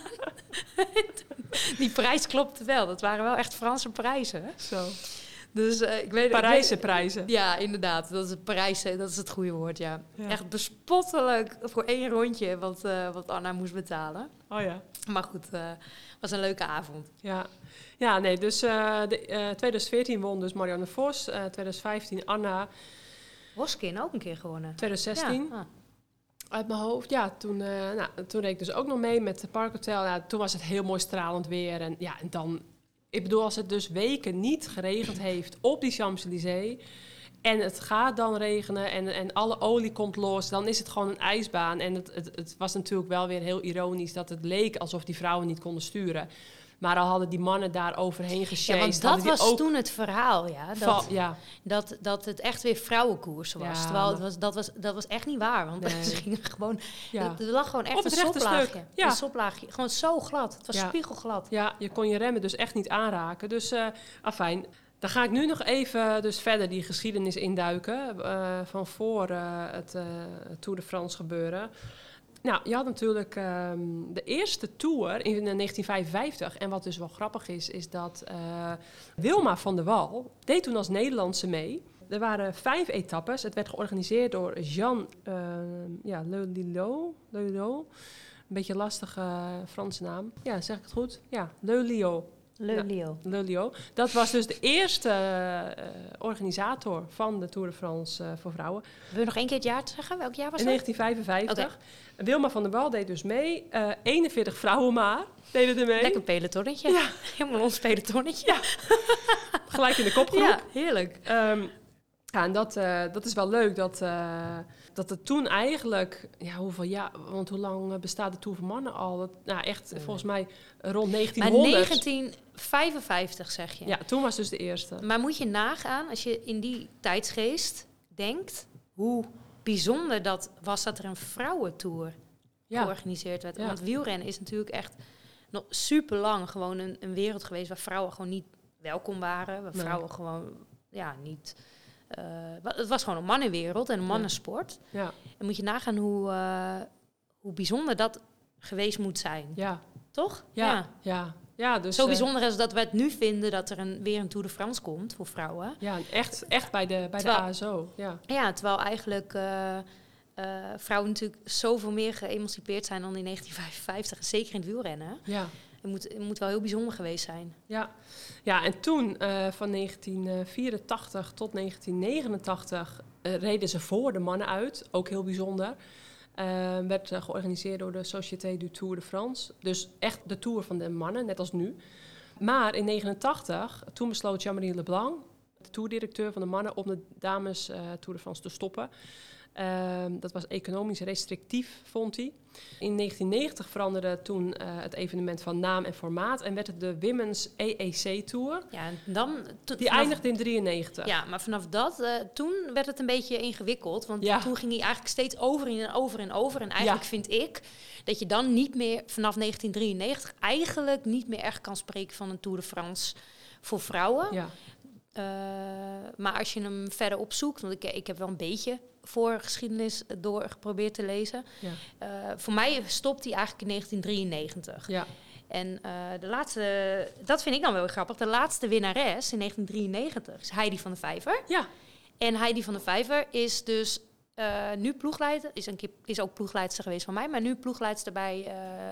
Die prijs klopte wel. Dat waren wel echt Franse prijzen. Hè? Zo. Dus uh, ik weet Parijse ik weet, prijzen. Ja, inderdaad. Dat is het Parijse, dat is het goede woord, ja. Ja. Echt bespottelijk voor één rondje wat, uh, wat Anna moest betalen. Oh ja. Maar goed, uh, was een leuke avond. Ja, ja nee, dus uh, de, uh, twintig veertien won dus Marianne Vos, uh, twintig vijftien Anna. Hoskin ook een keer gewonnen. twintig zestien Ja. Ah. Uit mijn hoofd. Ja, toen, uh, nou, toen reed ik dus ook nog mee met het Parkhotel. Ja, toen was het heel mooi stralend weer. En ja, en dan... Ik bedoel, als het dus weken niet geregend heeft op die Champs-Élysées... en het gaat dan regenen en, en alle olie komt los... dan is het gewoon een ijsbaan. En het, het, het was natuurlijk wel weer heel ironisch... dat het leek alsof die vrouwen niet konden sturen. Maar al hadden die mannen daar overheen gesjeest. Ja, want dat was ook toen het verhaal, ja. Dat, val, ja. dat, dat het echt weer vrouwenkoers was. Ja, Terwijl het maar- was, dat, was, dat was echt niet waar. Want Nee. ze gingen gewoon... Ja. Er lag gewoon echt Op een het rechte soplaagje. stuk, ja. Een soplaagje. Gewoon zo glad. Het was Ja. spiegelglad. Ja, je kon je remmen dus echt niet aanraken. Dus, uh, afijn. Dan ga ik nu nog even dus verder die geschiedenis induiken... Uh, van voor uh, het uh, Tour de France gebeuren. Nou, je had natuurlijk um, de eerste Tour in negentien vijfenvijftig. En wat dus wel grappig is, is dat uh, Wilma van der Wal deed toen als Nederlandse mee. Er waren vijf etappes. Het werd georganiseerd door Jean uh, ja, Le Lillo. Le Lillo. Een beetje lastige uh, Franse naam. Ja, zeg ik het goed? Ja, Le Lillo. Leulio. Le Lillo. Dat was dus de eerste uh, organisator van de Tour de France uh, voor vrouwen. Wil je nog één keer het jaar zeggen? Welk jaar was In dat? negentien vijfenvijftig. Okay. Wilma van der Wal deed dus mee. Uh, eenenveertig vrouwen maar deden er mee. Lekker pelotonnetje. Ja. Helemaal ons pelotonnetje. Ja. Gelijk in de kopgroep. Ja, heerlijk. Um, ja, en dat, uh, dat is wel leuk dat, uh, dat het toen eigenlijk... Ja, hoeveel jaar... Want hoe lang bestaat de Tour voor Mannen al? Dat, nou, echt Nee. volgens mij rond negentienhonderd. Maar negentien vijfenvijftig zeg je. Ja, toen was dus de eerste. Maar moet je nagaan, als je in die tijdsgeest denkt... hoe bijzonder dat was dat er een vrouwentour Ja. georganiseerd werd. Ja. Want wielrennen is natuurlijk echt nog super lang gewoon een, een wereld geweest... waar vrouwen gewoon niet welkom waren. Waar Nee. vrouwen gewoon ja, niet... Uh, het was gewoon een mannenwereld en een mannensport. Ja, En moet je nagaan hoe, uh, hoe bijzonder dat geweest moet zijn. ja, Toch? ja, ja. ja. ja dus, Zo uh, bijzonder is dat we het nu vinden dat er een, weer een Tour de France komt voor vrouwen. Ja, echt, echt bij de, bij Terwijl- de A S O. Ja. Ja, terwijl eigenlijk uh, uh, vrouwen natuurlijk zoveel meer geëmancipeerd zijn dan in negentien vijfenvijftig. En zeker in het wielrennen. Ja. Het moet, het moet wel heel bijzonder geweest zijn. Ja, ja en toen uh, van negentien vierentachtig tot negentien negenentachtig uh, reden ze voor de mannen uit. Ook heel bijzonder. Uh, werd uh, georganiseerd door de Société du Tour de France. Dus echt de Tour van de mannen, net als nu. Maar in negenentachtig, toen besloot Jean-Marie Leblanc, de tourdirecteur van de mannen, om de dames uh, Tour de France te stoppen. Uh, dat was economisch restrictief, vond hij. In negentien negentig veranderde toen uh, het evenement van naam en formaat en werd het de Women's A A C Tour. Ja, en dan, to, Die vanaf, eindigde in drieënnegentig. Ja, maar vanaf dat, uh, toen werd het een beetje ingewikkeld. Want Ja. toen ging hij eigenlijk steeds over en over en over. En eigenlijk Ja. vind ik dat je dan niet meer, vanaf negentien drieënnegentig... eigenlijk niet meer echt kan spreken van een Tour de France voor vrouwen. Ja. Uh, maar als je hem verder opzoekt, want ik, ik heb wel een beetje voorgeschiedenis door geprobeerd te lezen. Ja. Uh, voor mij stopt hij eigenlijk in negentien drieënnegentig. Ja. En uh, de laatste, dat vind ik dan wel grappig, de laatste winnares in negentien drieënnegentig is Heidi van der Vijver. Ja. En Heidi van der Vijver is dus uh, nu ploegleider, is, een keer, is ook ploegleidster geweest van mij, maar nu ploegleidster bij uh,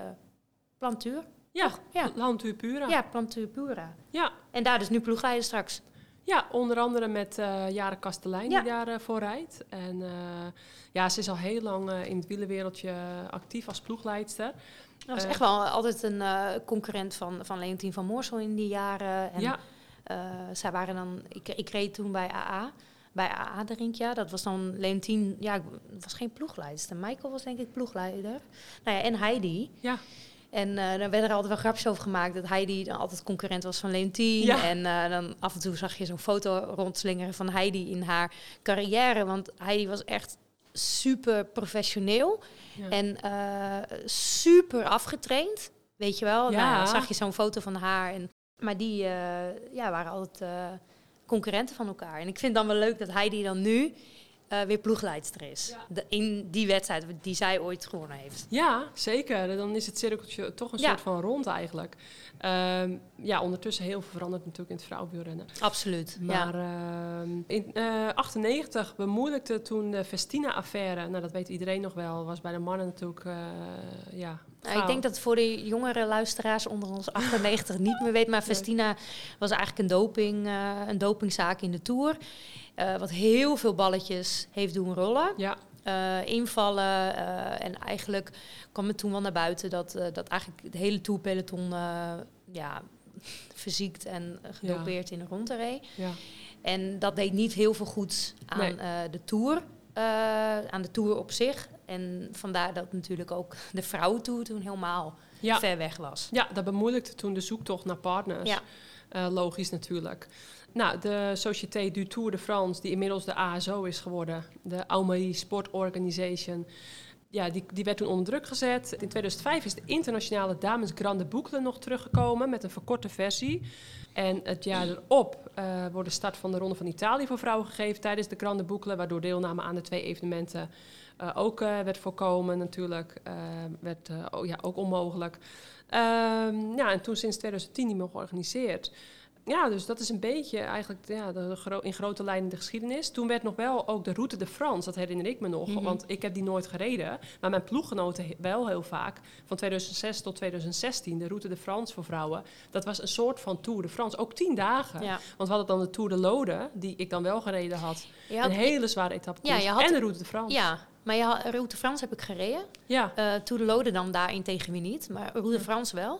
Plantuur. Ja, ja. Plantuur Pura. Ja, Plantuur Pura. Ja. En daar dus nu ploegleider straks. Ja, onder andere met uh, Jare Kastelein ja. die daar uh, voor rijdt. En uh, ja, ze is al heel lang uh, in het wielerwereldje actief als ploegleidster. Dat was uh, echt wel altijd een uh, concurrent van, van Leontien van Moorsel in die jaren. En, ja. Uh, zij waren dan, ik, ik reed toen bij A A. Bij A A Drinkja, dat was dan Leontien, ja, het was geen ploegleidster. Michael was denk ik ploegleider. Nou ja, en Heidi. Ja. En uh, dan werden er altijd wel grapjes over gemaakt dat Heidi dan altijd concurrent was van Leontien. Ja. En uh, dan af en toe zag je zo'n foto rondslingeren van Heidi in haar carrière. Want Heidi was echt super professioneel ja. en uh, super afgetraind. Weet je wel? Ja. Nou, dan zag je zo'n foto van haar. En, maar die uh, ja, waren altijd uh, concurrenten van elkaar. En ik vind het dan wel leuk dat Heidi dan nu Uh, weer ploegleidster is. Ja. De, in die wedstrijd die zij ooit gewonnen heeft. Ja, zeker. Dan is het cirkeltje toch een ja. soort van rond eigenlijk. Um, ja, ondertussen heel veel veranderd natuurlijk in het vrouwenwielrennen. Absoluut, Maar ja. uh, in uh, achtennegentig bemoeilijkte toen de Festina-affaire. Nou, dat weet iedereen nog wel. Was bij de mannen natuurlijk, uh, ja... Nou, ik denk dat voor de jongere luisteraars onder ons achtennegentig niet meer weet. Maar Festina was eigenlijk een, doping, uh, een dopingzaak in de Tour. Uh, wat heel veel balletjes heeft doen rollen. Ja. Uh, invallen. Uh, en eigenlijk kwam het toen wel naar buiten dat, uh, dat eigenlijk het hele Tourpeloton uh, ja, verziekt en gedopeerd ja. in de ronde reed. Ja. En dat deed niet heel veel goeds aan nee. uh, de Tour. Uh, aan de Tour op zich. En vandaar dat natuurlijk ook de vrouwentour toen helemaal ja. ver weg was. Ja, dat bemoeilijkte toen de zoektocht naar partners. Ja. Uh, logisch natuurlijk. Nou, de Société du Tour de France, die inmiddels de A S O is geworden, de Aumerie Sport Organisation, ja, die, die werd toen onder druk gezet. In tweeduizend vijf is de internationale Dames Grande Boucle nog teruggekomen met een verkorte versie. En het jaar erop uh, wordt de start van de Ronde van Italië voor vrouwen gegeven tijdens de Grande Boucle, waardoor deelname aan de twee evenementen uh, ook uh, werd voorkomen natuurlijk. Uh, werd uh, oh, ja, ook onmogelijk. Uh, ja, en toen sinds tweeduizend tien niet meer georganiseerd. Ja, dus dat is een beetje eigenlijk ja, de, de gro- in grote lijnen de geschiedenis. Toen werd nog wel ook de Route de France, dat herinner ik me nog. Mm-hmm. Want ik heb die nooit gereden. Maar mijn ploeggenoten he- wel heel vaak. Van tweeduizend zes tot tweeduizend zestien, de Route de France voor vrouwen. Dat was een soort van Tour de France. Ook tien dagen. Ja. Want we hadden dan de Tour de Lode, die ik dan wel gereden had. had een hele zware etappe. Ja, je had en de Route de France. Ja, maar je had, Route de France heb ik gereden. Ja. Uh, Tour de Lode dan daarin tegen wie niet. Maar Route de France wel.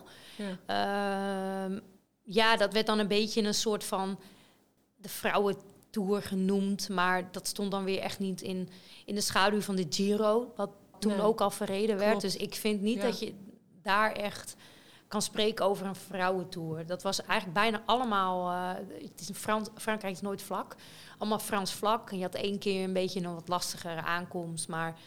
Ja. Uh, Ja, dat werd dan een beetje een soort van de vrouwentour genoemd. Maar dat stond dan weer echt niet in, in de schaduw van de Giro. Wat toen nee. ook al verreden werd. Klopt. Dus ik vind niet ja. dat je daar echt kan spreken over een vrouwentour. Dat was eigenlijk bijna allemaal... Uh, het is een Frans, Frankrijk is nooit vlak. Allemaal Frans vlak. En je had één keer een beetje een wat lastigere aankomst. Maar...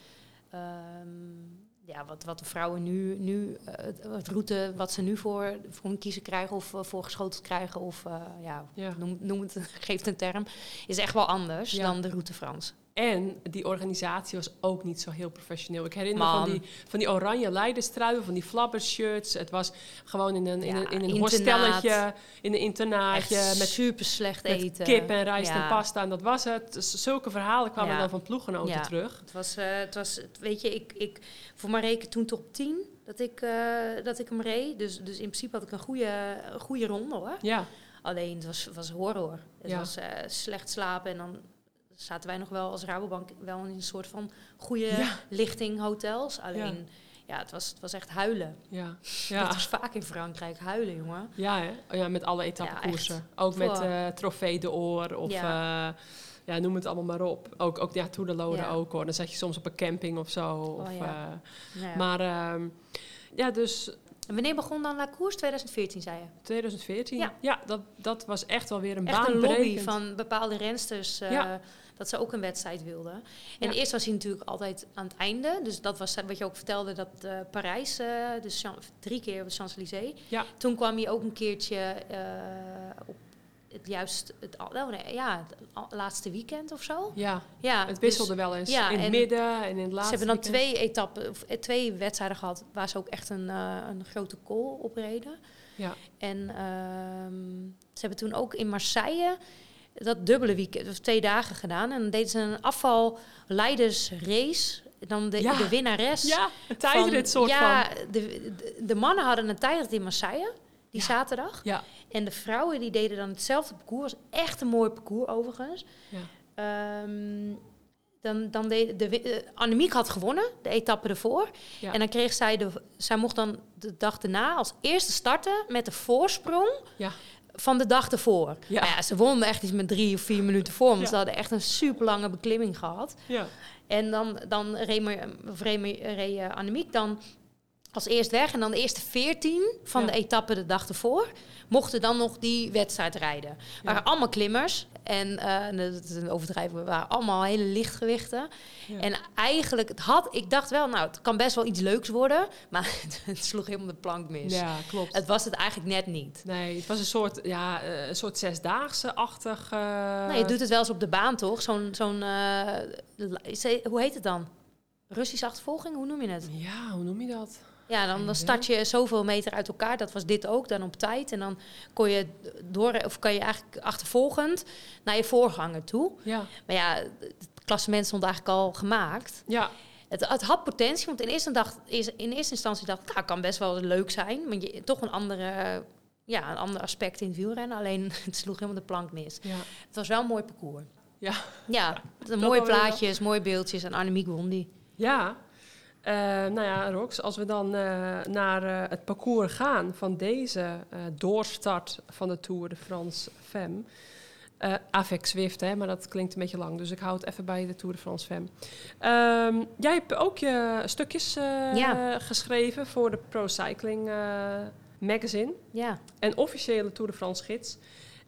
Um, Ja, wat, wat de vrouwen nu, nu uh, het, het route, wat ze nu voor, voor een kiezer krijgen of uh, voorgeschoteld krijgen, of uh, ja, ja. Noem, noem het, geeft een term, is echt wel anders ja. dan de Route France. En die organisatie was ook niet zo heel professioneel. Ik herinner me van die, van die oranje leiderstruien, van die flabbershirts. Het was gewoon in een, ja, in een, in een hostelletje, in een internaatje. Echt met super slecht eten. Kip en rijst ja. en pasta. En dat was het. Dus zulke verhalen kwamen ja. dan van ploeggenoten ja. terug. Het was, uh, het was, weet je, ik, ik voor mijn reken toen top tien dat ik, uh, dat ik hem reed. Dus, dus in principe had ik een goede, een goede ronde hoor. Ja. Alleen het was, was horror. Het ja. was uh, slecht slapen en dan zaten wij nog wel als Rabobank wel in een soort van goede ja. lichting hotels. Alleen, ja, ja het, was, het was echt huilen. Ja. Ja. Het was vaak in Frankrijk huilen, jongen. Ja, hè? Oh, ja met alle etappekoersen. Ja, ook met uh, Trofee d'Or of... Ja. Uh, ja, noem het allemaal maar op. Ook, ook ja, Tour de Lode ja. ook, hoor. Dan zat je soms op een camping of zo. Of, oh, ja. Uh, ja. Maar, um, ja, dus... En wanneer begon dan La Course? tweeduizend veertien, zei je? tweeduizend veertien? Ja, ja dat, dat was echt wel weer een echt baanbrekend... een lobby van bepaalde rensters... Uh, ja. dat ze ook een wedstrijd wilden. En ja. eerst was hij natuurlijk altijd aan het einde. Dus dat was wat je ook vertelde, dat uh, Parijs... Uh, dus drie keer op de Champs-Élysées. Ja. Toen kwam hij ook een keertje uh, op het juist het, al- oh nee, ja, het al- laatste weekend of zo. Ja, Ja, het wisselde dus- wel eens. ja, in het en midden en in het Ze laatste hebben dan weekend. twee etappen, of eh, twee wedstrijden gehad waar ze ook echt een, uh, een grote call opreden. Ja. En um, ze hebben toen ook in Marseille dat dubbele weekend, of twee dagen gedaan. En dan deden ze een afvalleidersrace. Dan de, Ja. de winnares. Ja, een tijdrit soort ja, van. De, de, de mannen hadden een tijdrit in Marseille, die Ja. zaterdag. Ja. En de vrouwen die deden dan hetzelfde parcours. Was echt een mooi parcours overigens. Ja. Um, dan, dan deed de, de, Annemiek had gewonnen, de etappe ervoor. Ja. En dan kreeg zij, de, zij mocht dan de dag erna als eerste starten met de voorsprong Ja. van de dag ervoor. Ja. Maar ja, ze wonnen echt iets met drie of vier minuten voor. Want Ja. ze hadden echt een super lange beklimming gehad. Ja. En dan, dan reed, me, of reed, me, reed uh, Annemiek dan als eerst weg. En dan de eerste veertien van Ja. de etappe de dag ervoor mochten dan nog die wedstrijd rijden. Het waren allemaal klimmers. En uh, dat is een overdrijving, we waren allemaal hele lichtgewichten. Ja. En eigenlijk, het had, ik dacht wel, nou, het kan best wel iets leuks worden. Maar het sloeg helemaal de plank mis. Ja, klopt. Het was het eigenlijk net niet. Nee, het was een soort, ja, uh, een soort zesdaagse-achtig... Uh... Nou, je doet het wel eens op de baan, toch? Zo'n, zo'n uh, hoe heet het dan? Russische achtervolging, hoe noem je het? Ja, hoe noem je dat? Ja, dan, dan start je zoveel meter uit elkaar. Dat was dit ook, dan op tijd. En dan kon je door, of kan je eigenlijk achtervolgend naar je voorganger toe. Ja. Maar ja, het klassement stond eigenlijk al gemaakt. Ja. Het, het had potentie, want in eerste, dacht, in eerste instantie dacht ik, nou, kan best wel leuk zijn. Want je toch een andere, ja, een ander aspect in het wielrennen. Alleen het sloeg helemaal de plank mis. Ja. Het was wel een mooi parcours. Ja. Ja, mooie plaatjes, mooie beeldjes. En Annemiek won die. Ja. Uh, nou ja, Rox, als we dan uh, naar uh, het parcours gaan van deze uh, doorstart van de Tour de France Femme. Uh, avec Zwift, hè, maar dat klinkt een beetje lang, dus ik hou het even bij de Tour de France Femme. Um, jij hebt ook je stukjes uh, ja. geschreven voor de Pro Cycling uh, Magazine. Ja. Een officiële Tour de France gids.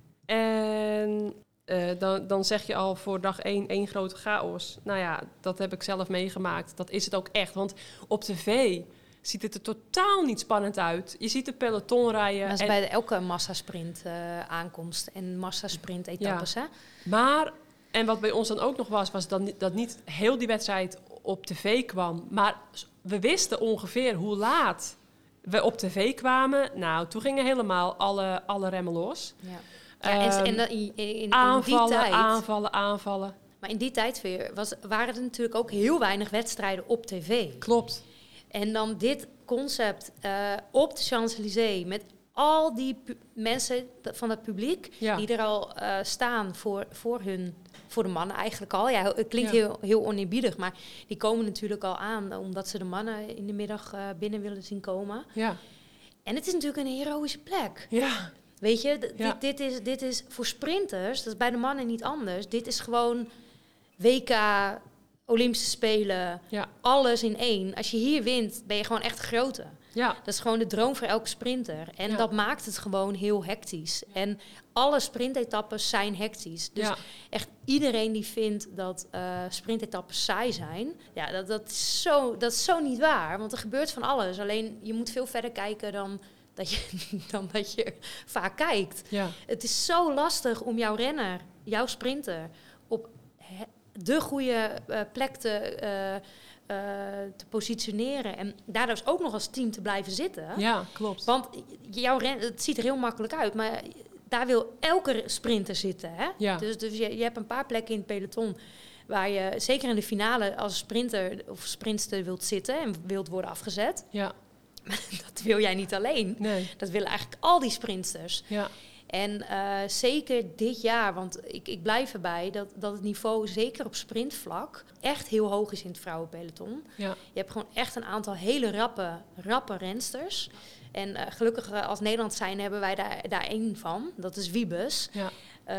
En... Uh, dan, dan zeg je al voor dag één één grote chaos. Nou ja, dat heb ik zelf meegemaakt. Dat is het ook echt. Want op tv ziet het er totaal niet spannend uit. Je ziet de peloton rijden. Dat is en... bij de, elke massasprint uh, aankomst en massasprint etappes. Ja. Hè? Maar, en wat bij ons dan ook nog was, was dat, dat niet heel die wedstrijd op tv kwam. Maar we wisten ongeveer hoe laat we op tv kwamen. Nou, toen gingen helemaal alle, alle remmen los. Ja. Ja, en, en in, in, in aanvallen, die tijd, aanvallen, aanvallen. Maar in die tijd was, waren er natuurlijk ook heel weinig wedstrijden op tv. Klopt. En dan dit concept uh, op de Champs-Élysées met al die pu- mensen van het publiek ja. die er al uh, staan voor, voor, hun, voor de mannen eigenlijk al. Ja, het klinkt ja. heel, heel oneerbiedig, maar die komen natuurlijk al aan omdat ze de mannen in de middag uh, binnen willen zien komen. Ja. En het is natuurlijk een heroïsche plek. Ja. Weet je, d- ja. dit, dit, is, dit is voor sprinters, dat is bij de mannen niet anders. Dit is gewoon W K, Olympische Spelen, ja. alles in één. Als je hier wint, ben je gewoon echt grote. Ja. Dat is gewoon de droom voor elke sprinter. En ja. dat maakt het gewoon heel hectisch. En alle sprintetappes zijn hectisch. Dus ja. echt iedereen die vindt dat uh, sprintetappes saai zijn... Ja, dat, dat, is zo, dat is zo niet waar. Want er gebeurt van alles. Alleen, je moet veel verder kijken dan... Dat je, dan dat je vaak kijkt. Ja. Het is zo lastig om jouw renner, jouw sprinter, op he, de goede uh, plek te, uh, uh, te positioneren. En daardoor is ook nog als team te blijven zitten. Ja, klopt. Want jouw ren, het ziet er heel makkelijk uit, maar daar wil elke sprinter zitten. Hè? Ja. Dus, dus je, je hebt een paar plekken in het peloton waar je, zeker in de finale, als sprinter of sprintster wilt zitten en wilt worden afgezet. Ja. Dat wil jij niet alleen. Nee. Dat willen eigenlijk al die sprinters. Ja. En uh, zeker dit jaar, want ik, ik blijf erbij... Dat, dat het niveau, zeker op sprintvlak... echt heel hoog is in het vrouwenpeloton. Ja. Je hebt gewoon echt een aantal hele rappe, rappe rensters. En uh, gelukkig uh, als Nederland zijn hebben wij daar, daar één van. Dat is Wiebes. Ja.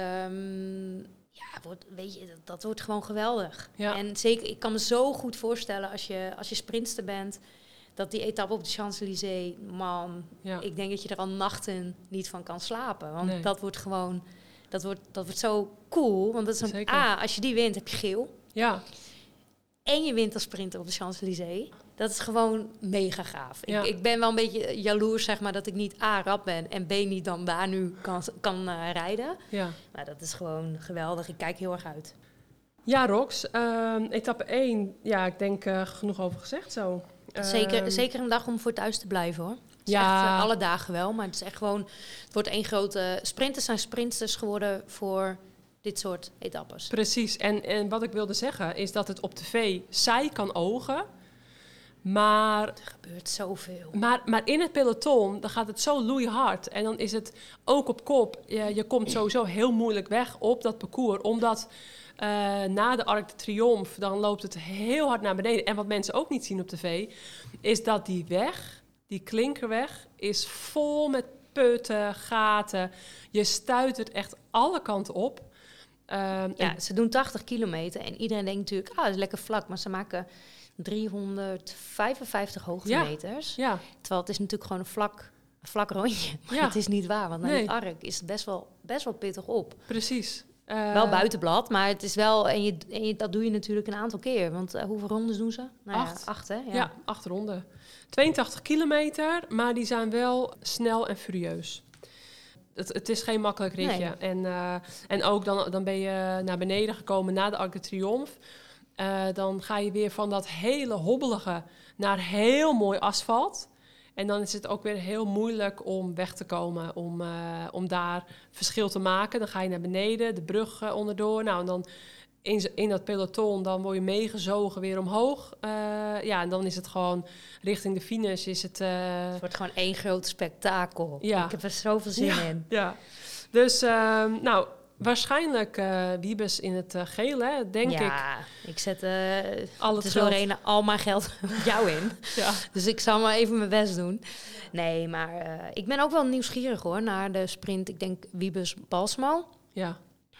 Um, ja, wordt, weet je, dat, dat wordt gewoon geweldig. Ja. En zeker, ik kan me zo goed voorstellen als je, als je sprintster bent... dat die etappe op de Champs-Élysées, man, ja. ik denk dat je er al nachten niet van kan slapen. Want nee. dat wordt gewoon, dat wordt, dat wordt zo cool. Want dat is een, Zeker. A, als je die wint, heb je geel. Ja. En je wint als sprinter op de Champs-Élysées. Dat is gewoon mega gaaf. Ja. Ik, ik ben wel een beetje jaloers, zeg maar, dat ik niet A, rap ben en B, niet dan daar nu kan, kan uh, rijden. Ja. Maar dat is gewoon geweldig. Ik kijk heel erg uit. Ja, Rox. Um, etappe één. Ja, ik denk uh, genoeg over gezegd zo. Zeker, Um, zeker een dag om voor thuis te blijven, hoor. Het is Ja. echt, uh, alle dagen wel, maar het is echt gewoon... Het wordt één grote... Sprinters zijn sprinters geworden voor dit soort etappes. Precies. En, en wat ik wilde zeggen is dat het op tv saai kan ogen. Maar, Er gebeurt zoveel. maar, maar in het peloton, dan gaat het zo loeihard. En dan is het ook op kop. Je, je komt sowieso heel moeilijk weg op dat parcours. Omdat uh, na de Arc de Triomphe, dan loopt het heel hard naar beneden. En wat mensen ook niet zien op tv, is dat die weg, die klinkerweg, is vol met putten, gaten. Je stuitert echt alle kanten op. Um, Ja, en- ze doen tachtig kilometer en iedereen denkt natuurlijk... Ah, dat is lekker vlak, maar ze maken driehonderdvijfenvijftig hoogtemeters. ja, Terwijl het is natuurlijk gewoon een vlak, een vlak rondje. Maar Ja. het is niet waar, want naar Nee. die Arc is het best wel, best wel pittig op. precies. Uh, Wel buitenblad, maar het is wel... En, je, en je, dat doe je natuurlijk een aantal keer. Want uh, hoeveel rondes doen ze? Nou Acht. Ja, acht, hè? Ja. Ja, acht ronden. tweeëntachtig kilometer, maar die zijn wel snel en furieus. Het, het is geen makkelijk ritje. Nee. En, uh, en ook dan, dan ben je naar beneden gekomen na de Arc de Triomphe. Uh, dan ga je weer van dat hele hobbelige naar heel mooi asfalt. En dan is het ook weer heel moeilijk om weg te komen, om, uh, om daar verschil te maken. Dan ga je naar beneden, de brug uh, onderdoor. Nou, en dan in, in dat peloton, dan word je meegezogen weer omhoog. Uh, ja, en dan is het gewoon richting de finish. Is het, uh, Het wordt gewoon één groot spektakel. Ja. Ik heb er zoveel zin ja, in. Ja, dus uh, nou, waarschijnlijk uh, Wiebes in het uh, geel, hè, denk ik. Ja, ik zet uh, Al het het is geld. Lorena al mijn geld op jou in. Ja. Dus ik zal maar even mijn best doen. Nee, maar uh, ik ben ook wel nieuwsgierig hoor naar de sprint. Ik denk Wiebes Balsamo. Ja.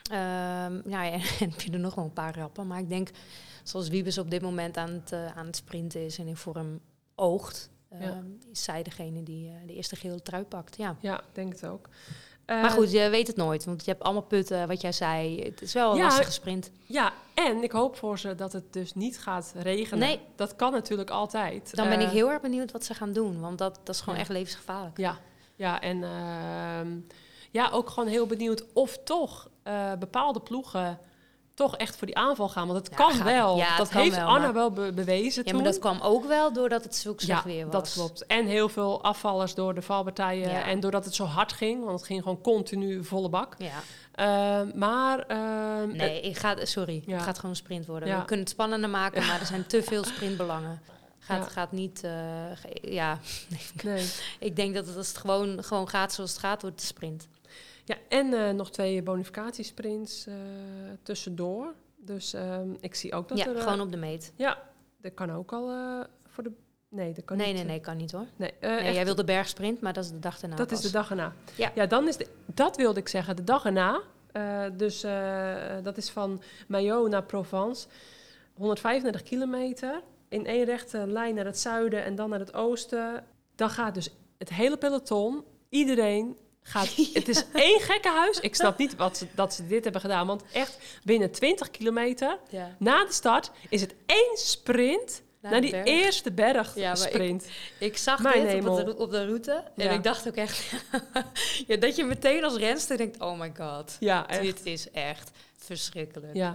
Um, nou ja, en heb je er nog wel een paar rappen. Maar ik denk, zoals Wiebes op dit moment aan het, uh, aan het sprinten is en in vorm oogt, uh, Ja. is zij degene die uh, de eerste gele trui pakt. Ja. Ja, ik denk het ook. Uh, Maar goed, je weet het nooit, want je hebt allemaal putten, wat jij zei. Het is wel een Ja, lastige sprint. Ja, en ik hoop voor ze dat het dus niet gaat regenen. Nee. Dat kan natuurlijk altijd. Dan ben Uh, ik heel erg benieuwd wat ze gaan doen, want dat, dat is gewoon Ja. echt levensgevaarlijk. Ja, ja en uh, ja, ook gewoon heel benieuwd of toch uh, bepaalde ploegen toch echt voor die aanval gaan. Want het Ja, kan gaat- wel. ja, het dat kan heeft wel, Anna maar- wel be- bewezen Ja, toen. maar dat kwam ook wel doordat het zulk slecht Ja, weer was. dat klopt. En heel veel afvallers door de valpartijen. Ja. En doordat het zo hard ging. Want het ging gewoon continu volle bak. Ja. Uh, maar... Uh, Nee, ik ga, sorry. Ja. Het gaat gewoon een sprint worden. Ja. We kunnen het spannender maken, maar er zijn te veel sprintbelangen. Gaat, Ja. gaat niet... uh, ge- ja, nee. ik denk dat het als het gewoon, gewoon gaat zoals het gaat, wordt de sprint. Ja, en uh, nog twee bonificatiesprints uh, tussendoor. Dus um, ik zie ook dat Ja, er... uh, gewoon op de meet. Ja, dat kan ook al uh, voor de... Nee, dat kan Nee, niet. nee, nee, kan niet hoor. Nee, uh, Nee, echt, jij wil de bergsprint, maar dat is de dag daarna dat pas. is de dag erna. Ja. Ja, dan is de, dat wilde ik zeggen, de dag erna. Uh, dus uh, dat is van Maillot naar Provence. honderdvijfendertig kilometer. In één rechte lijn naar het zuiden en dan naar het oosten. Dan gaat dus het hele peloton, iedereen gaat... Ja. Het is één gekkenhuis. Ik snap niet wat ze, dat ze dit hebben gedaan. Want echt binnen twintig kilometer Ja. na de start is het één sprint... Naar naar de die berg. eerste bergsprint. Ja, maar sprint. Ik zag Mijn dit op, hemel. het, op de route en Ja. ik dacht ook echt... ja, dat je meteen als renster denkt, oh my god. Ja, echt. Dit is echt verschrikkelijk. Ja.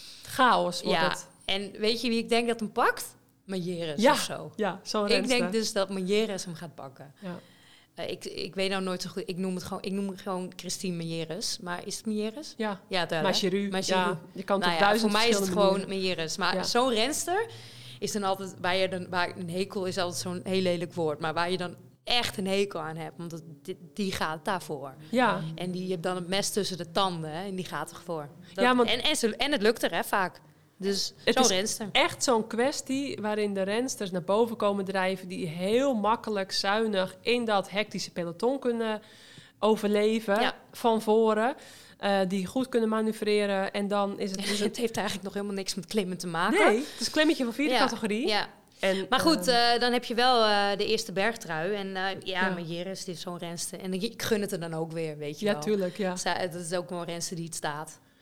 Chaos wordt Ja, het. en weet je wie ik denk dat hem pakt? Majeres Ja, of zo. ja, zo'n Ik renster. denk dus dat Majeres hem gaat pakken. Ja. Uh, ik, ik weet nou nooit zo goed. Ik noem het gewoon, ik noem het gewoon Christine Majeres. Maar is het Majeres? Ja, Ja, daar. Macheru. Macheru. Ja, je kan het Nou op ja, duizend voor mij is het verschillende gewoon Majeres. Maar Ja. zo'n renster is dan altijd waar je dan waar een hekel is altijd zo'n heel lelijk woord, maar waar je dan echt een hekel aan hebt, want dat, die, die gaat daarvoor. manieren. Ja, En die je hebt dan het mes tussen de tanden hè, en die gaat ervoor. Dat, Ja, want- en, en, ze, en het lukt er hè, vaak. Dus Het zo'n is renster. echt zo'n kwestie waarin de rensters naar boven komen drijven, die heel makkelijk, zuinig in dat hectische peloton kunnen overleven Ja. van voren. Uh, die goed kunnen manoeuvreren. En dan is het dus een... Het heeft eigenlijk nog helemaal niks met klimmen te maken. Nee, het is een klimmetje van vierde Ja, categorie. Ja. En, Maar goed, uh, uh, dan heb je wel uh, de eerste bergtrui. En uh, ja, Ja. Majeres, die is zo'n renster. En ik gun het er dan ook weer, weet je ja, wel. tuurlijk, ja. Zij- Dat is ook wel een renster die het staat.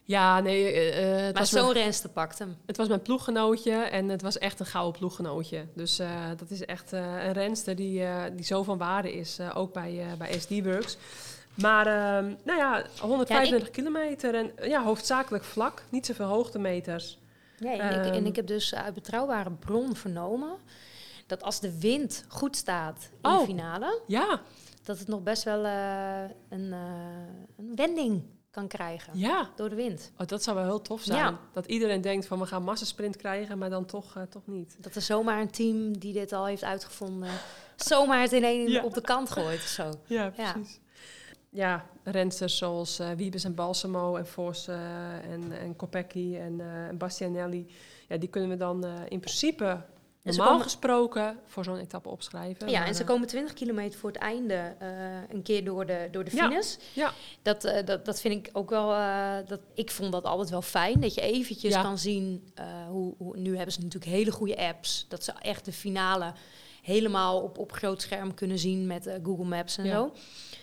Ja, nee. Uh, het maar was zo'n mijn, renster pakt hem. Het was mijn ploeggenootje en het was echt een gouden ploeggenootje. Dus uh, dat is echt uh, een renster die, uh, die zo van waarde is, uh, ook bij, uh, bij S D Works. Maar uh, nou ja, honderdvijfentwintig ja, ik... kilometer en ja, hoofdzakelijk vlak, niet zoveel hoogtemeters. Ja, en, um, ik, en ik heb dus uit betrouwbare bron vernomen dat als de wind goed staat in oh, de finale, ja. dat het nog best wel uh, een, uh, een wending kan krijgen ja. door de wind. Oh, dat zou wel heel tof zijn. Ja. Dat iedereen denkt van we gaan massasprint krijgen, maar dan toch, uh, toch niet. Dat er zomaar een team die dit al heeft uitgevonden, zomaar het in één ja. op de kant gooit of zo. Ja, precies. Ja, ja rensters zoals uh, Wiebes en Balsamo en Vos uh, en, en Kopecky en, uh, en Bastianelli, ja, die kunnen we dan uh, in principe normaal komen, gesproken voor zo'n etappe opschrijven. Ja, maar, en ze komen twintig kilometer voor het einde uh, een keer door de, door de finish. Ja, ja. Dat, uh, dat, dat vind ik ook wel... Uh, dat, ik vond dat altijd wel fijn, dat je eventjes ja. kan zien... Uh, hoe, hoe, nu hebben ze natuurlijk hele goede apps. Dat ze echt de finale helemaal op, op groot scherm kunnen zien met uh, Google Maps en ja. zo.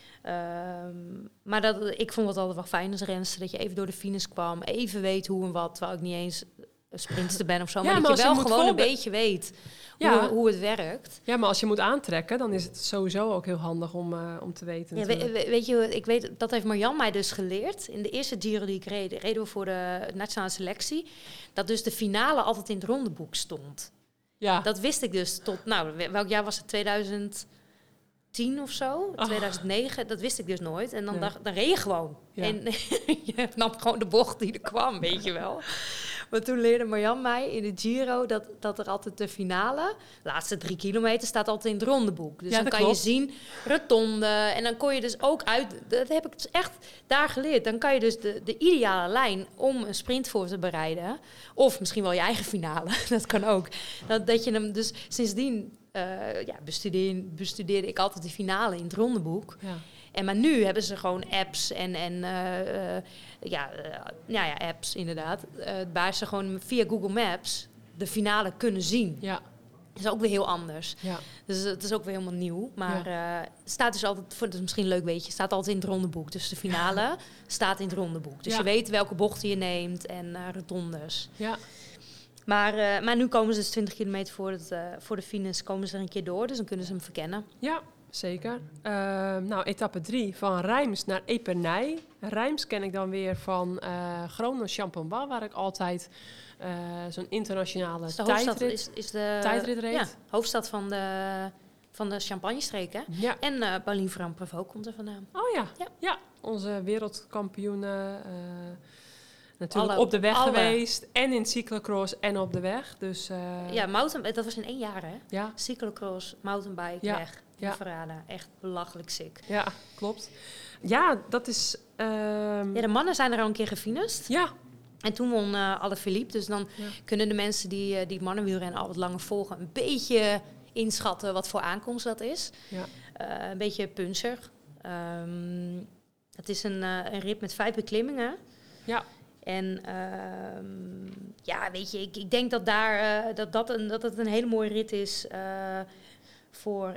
Um, maar dat, ik vond het altijd wel fijn als renster, dat je even door de finish kwam. Even weet hoe en wat, terwijl ik niet eens... sprinter ben of zo, ja, maar, maar dat je wel je gewoon voorbe- een beetje weet ja. hoe, hoe het werkt. Ja, maar als je moet aantrekken, dan is het sowieso ook heel handig om, uh, om te weten. Ja, we, we, weet je, ik weet, dat heeft Marjan mij dus geleerd. In de eerste Giro die ik reed, reden we voor de nationale selectie, dat dus de finale altijd in het rondeboek stond. Ja. Dat wist ik dus tot, nou, welk jaar was het? tweeduizend tien of zo, oh. tweeduizend negen, dat wist ik dus nooit. En dan, ja. dacht, dan reed je gewoon. Ja. En je nam gewoon de bocht die er kwam, weet je wel. Maar toen leerde Marjan mij in de Giro dat, dat er altijd de finale, de laatste drie kilometer, staat altijd in het rondeboek. Dus ja, dan kan klopt. je zien, rotonde. En dan kon je dus ook uit, dat heb ik dus echt daar geleerd. Dan kan je dus de, de ideale lijn om een sprint voor te bereiden. Of misschien wel je eigen finale, dat kan ook. Dat, dat je hem dus sindsdien, uh, ja, bestudeerde, bestudeerde ik altijd de finale in het rondeboek. Ja. En maar nu hebben ze gewoon apps en, en uh, uh, ja, uh, ja, ja, apps inderdaad. Uh, waar ze gewoon via Google Maps de finale kunnen zien. Ja. Dat is ook weer heel anders. Ja. Dus het is ook weer helemaal nieuw. Maar ja. uh, staat dus altijd, dat is misschien een leuk weetje, staat altijd in het rondeboek. Dus de finale ja. staat in het rondeboek. Dus ja. je weet welke bochten je neemt en uh, rotondes. Ja. Maar, uh, maar nu komen ze dus twintig kilometer voor, het, uh, voor de finish, komen ze er een keer door. Dus dan kunnen ze hem verkennen. Ja. Zeker. Uh, nou, etappe drie van Reims naar Epernay. Reims ken ik dan weer van uh, Groningen-Champenois, waar ik altijd uh, zo'n internationale is de tijdrit, hoofdstad, is, is de, tijdrit reed. Ja, hoofdstad van de, van de Champagne-streek, hè? Ja. En uh, Paulien-Franprevot komt er vandaan. Oh ja, ja, ja. Onze wereldkampioenen. Uh, Natuurlijk alle, op de weg alle. geweest. En in cyclocross en op de weg. Dus, uh, ja, mountain, dat was in één jaar, hè? Ja. Cyclocross, mountainbike, ja. weg. Ja. Verraden. Echt belachelijk sick. Ja, klopt. Ja, dat is... Um... Ja, de mannen zijn er al een keer gefinist. Ja. En toen won uh, Alaphilippe. Dus dan ja. kunnen de mensen die, uh, die mannenwielrennen al wat langer volgen... een beetje inschatten wat voor aankomst dat is. Ja. Uh, een beetje puncher. Um, het is een, uh, een rit met vijf beklimmingen. Ja. En uh, ja, weet je, ik, ik denk dat, daar, uh, dat, dat, een, dat het een hele mooie rit is... Uh, voor...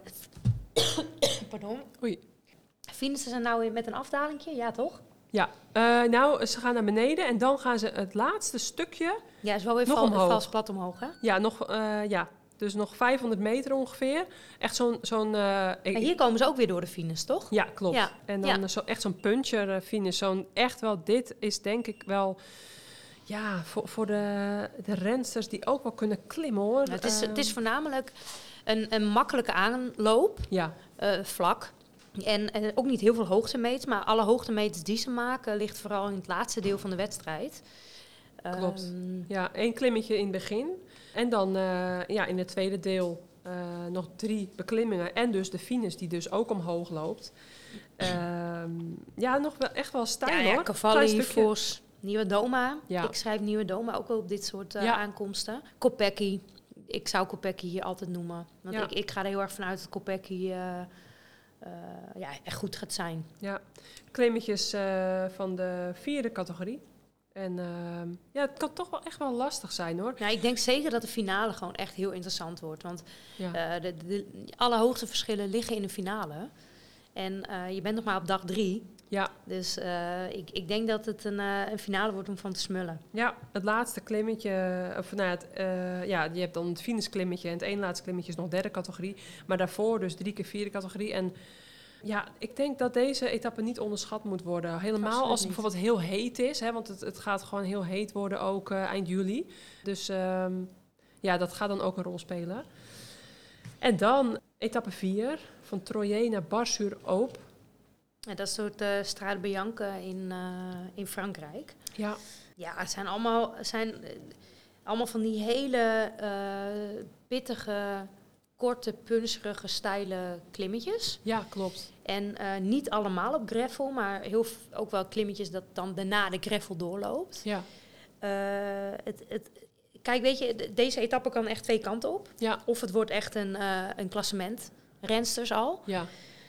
Pardon. Oei. Finishen ze nou met een afdalingje? Ja, toch? Ja. Uh, nou, ze gaan naar beneden en dan gaan ze het laatste stukje Ja, is wel weer val, vals plat omhoog, hè? Ja, nog, uh, ja, dus nog vijfhonderd meter ongeveer. Echt zo'n... zo'n uh, en hier komen ze ook weer door de finish, toch? Ja, klopt. Ja. En dan ja. zo, echt zo'n puncher uh, finish. Zo'n echt wel... Dit is denk ik wel... Ja, voor, voor de, de rensters die ook wel kunnen klimmen, hoor. Ja, het, is, uh, het is voornamelijk... Een, een makkelijke aanloop, ja. uh, vlak. En, en ook niet heel veel hoogtemeters, maar alle hoogtemeters die ze maken... ligt vooral in het laatste deel van de wedstrijd. Klopt. Um, ja, één klimmetje in het begin. En dan uh, ja, in het tweede deel uh, nog drie beklimmingen. En dus de finish die dus ook omhoog loopt. Um, ja, nog wel echt wel stijl, ja, hoor. Cavalli, Vos, Nieuwe Doma. Ja. Ik schrijf Nieuwe Doma ook wel op dit soort uh, ja. aankomsten. Kopecky. Ik zou Kopecky hier altijd noemen. Want ja. ik, ik ga er heel erg vanuit dat Kopecky uh, uh, ja, echt goed gaat zijn. Ja, klimmetjes uh, van de vierde categorie. En uh, ja, het kan toch wel echt wel lastig zijn, hoor. Nou, ik denk zeker dat de finale gewoon echt heel interessant wordt. Want ja. uh, de, de, alle hoogteverschillen liggen in de finale. En uh, je bent nog maar op dag drie. Ja. Dus uh, ik, ik denk dat het een, uh, een finale wordt om van te smullen. Ja, het laatste klimmetje, of nou ja, het, uh, ja, je hebt dan het Venus klimmetje en het ene laatste klimmetje is nog derde categorie. Maar daarvoor dus drie keer vierde categorie. En ja, ik denk dat deze etappe niet onderschat moet worden. Helemaal Absoluut als het niet. bijvoorbeeld heel heet is, hè, want het, het gaat gewoon heel heet worden ook uh, eind juli. Dus um, ja, dat gaat dan ook een rol spelen. En dan etappe vier, van Troyes naar Bar-sur-Aube. Ja, dat is soort uh, Strade Bianche in, uh, in Frankrijk. Ja. Ja, het zijn allemaal, zijn, uh, allemaal van die hele uh, pittige, korte, puncherige, steile klimmetjes. Ja, klopt. En uh, niet allemaal op gravel, maar heel f- ook wel klimmetjes dat dan daarna de gravel doorloopt. Ja. Uh, het, het, kijk, weet je, de, deze etappe kan echt twee kanten op. Ja. Of het wordt echt een, uh, een klassement, rensters al. Ja.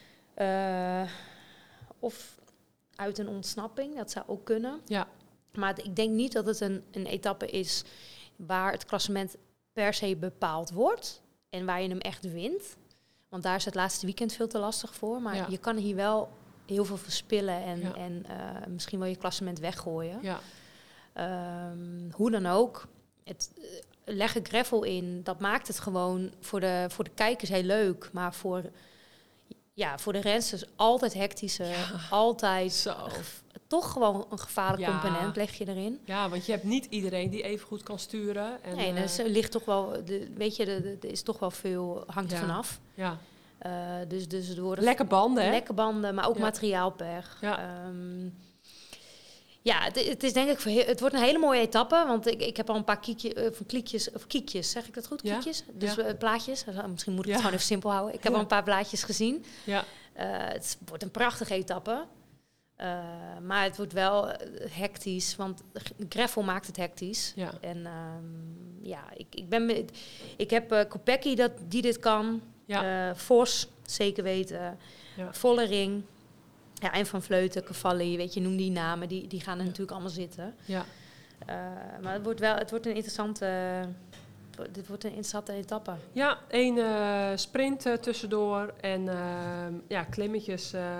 Uh, of uit een ontsnapping, dat zou ook kunnen. Ja. Maar het, ik denk niet dat het een, een etappe is waar het klassement per se bepaald wordt. En waar je hem echt wint. Want daar is het laatste weekend veel te lastig voor. Maar ja. je kan hier wel heel veel verspillen en, ja. en uh, misschien wel je klassement weggooien. Ja. Um, hoe dan ook. Het, uh, leggen gravel in, dat maakt het gewoon voor de, voor de kijkers heel leuk. Maar voor, ja, voor de rensters altijd hectische, ja. altijd Zo. Ge- toch gewoon een gevaarlijk ja. component leg je erin. Ja, want je hebt niet iedereen die even goed kan sturen. En, nee, dus er ligt toch wel, de, weet je, er is toch wel veel, hangt er ja. vanaf. Ja. Uh, dus, dus het worden lekker banden, hè? Lekker banden, maar ook ja. materiaalpech. Ja. Um, ja, het, het is denk ik, voor he- het wordt een hele mooie etappe, want ik, ik heb al een paar kiekje, uh, kliekjes, of kiekjes, zeg ik dat goed? Kiekjes? Ja. Dus ja. uh, plaatjes. Misschien moet ik ja. het gewoon even simpel houden. Ik heb ja. al een paar blaadjes gezien. Ja. Uh, het wordt een prachtige etappe. Uh, maar het wordt wel hectisch, want gravel maakt het hectisch. Ja. En um, ja, ik, ik, ben met, ik heb uh, Kopecky dat, die dit kan. Ja. Uh, Vos, zeker weten. Ja. Vollering. Ja, en Van Vleuten, Cavalli, weet je, noem die namen. Die, die gaan er ja. natuurlijk allemaal zitten. Ja. Uh, maar het wordt wel het wordt een interessante... Uh, dit wordt een interessante etappe. Ja, één uh, sprint uh, tussendoor en uh, ja, klimmetjes... Uh,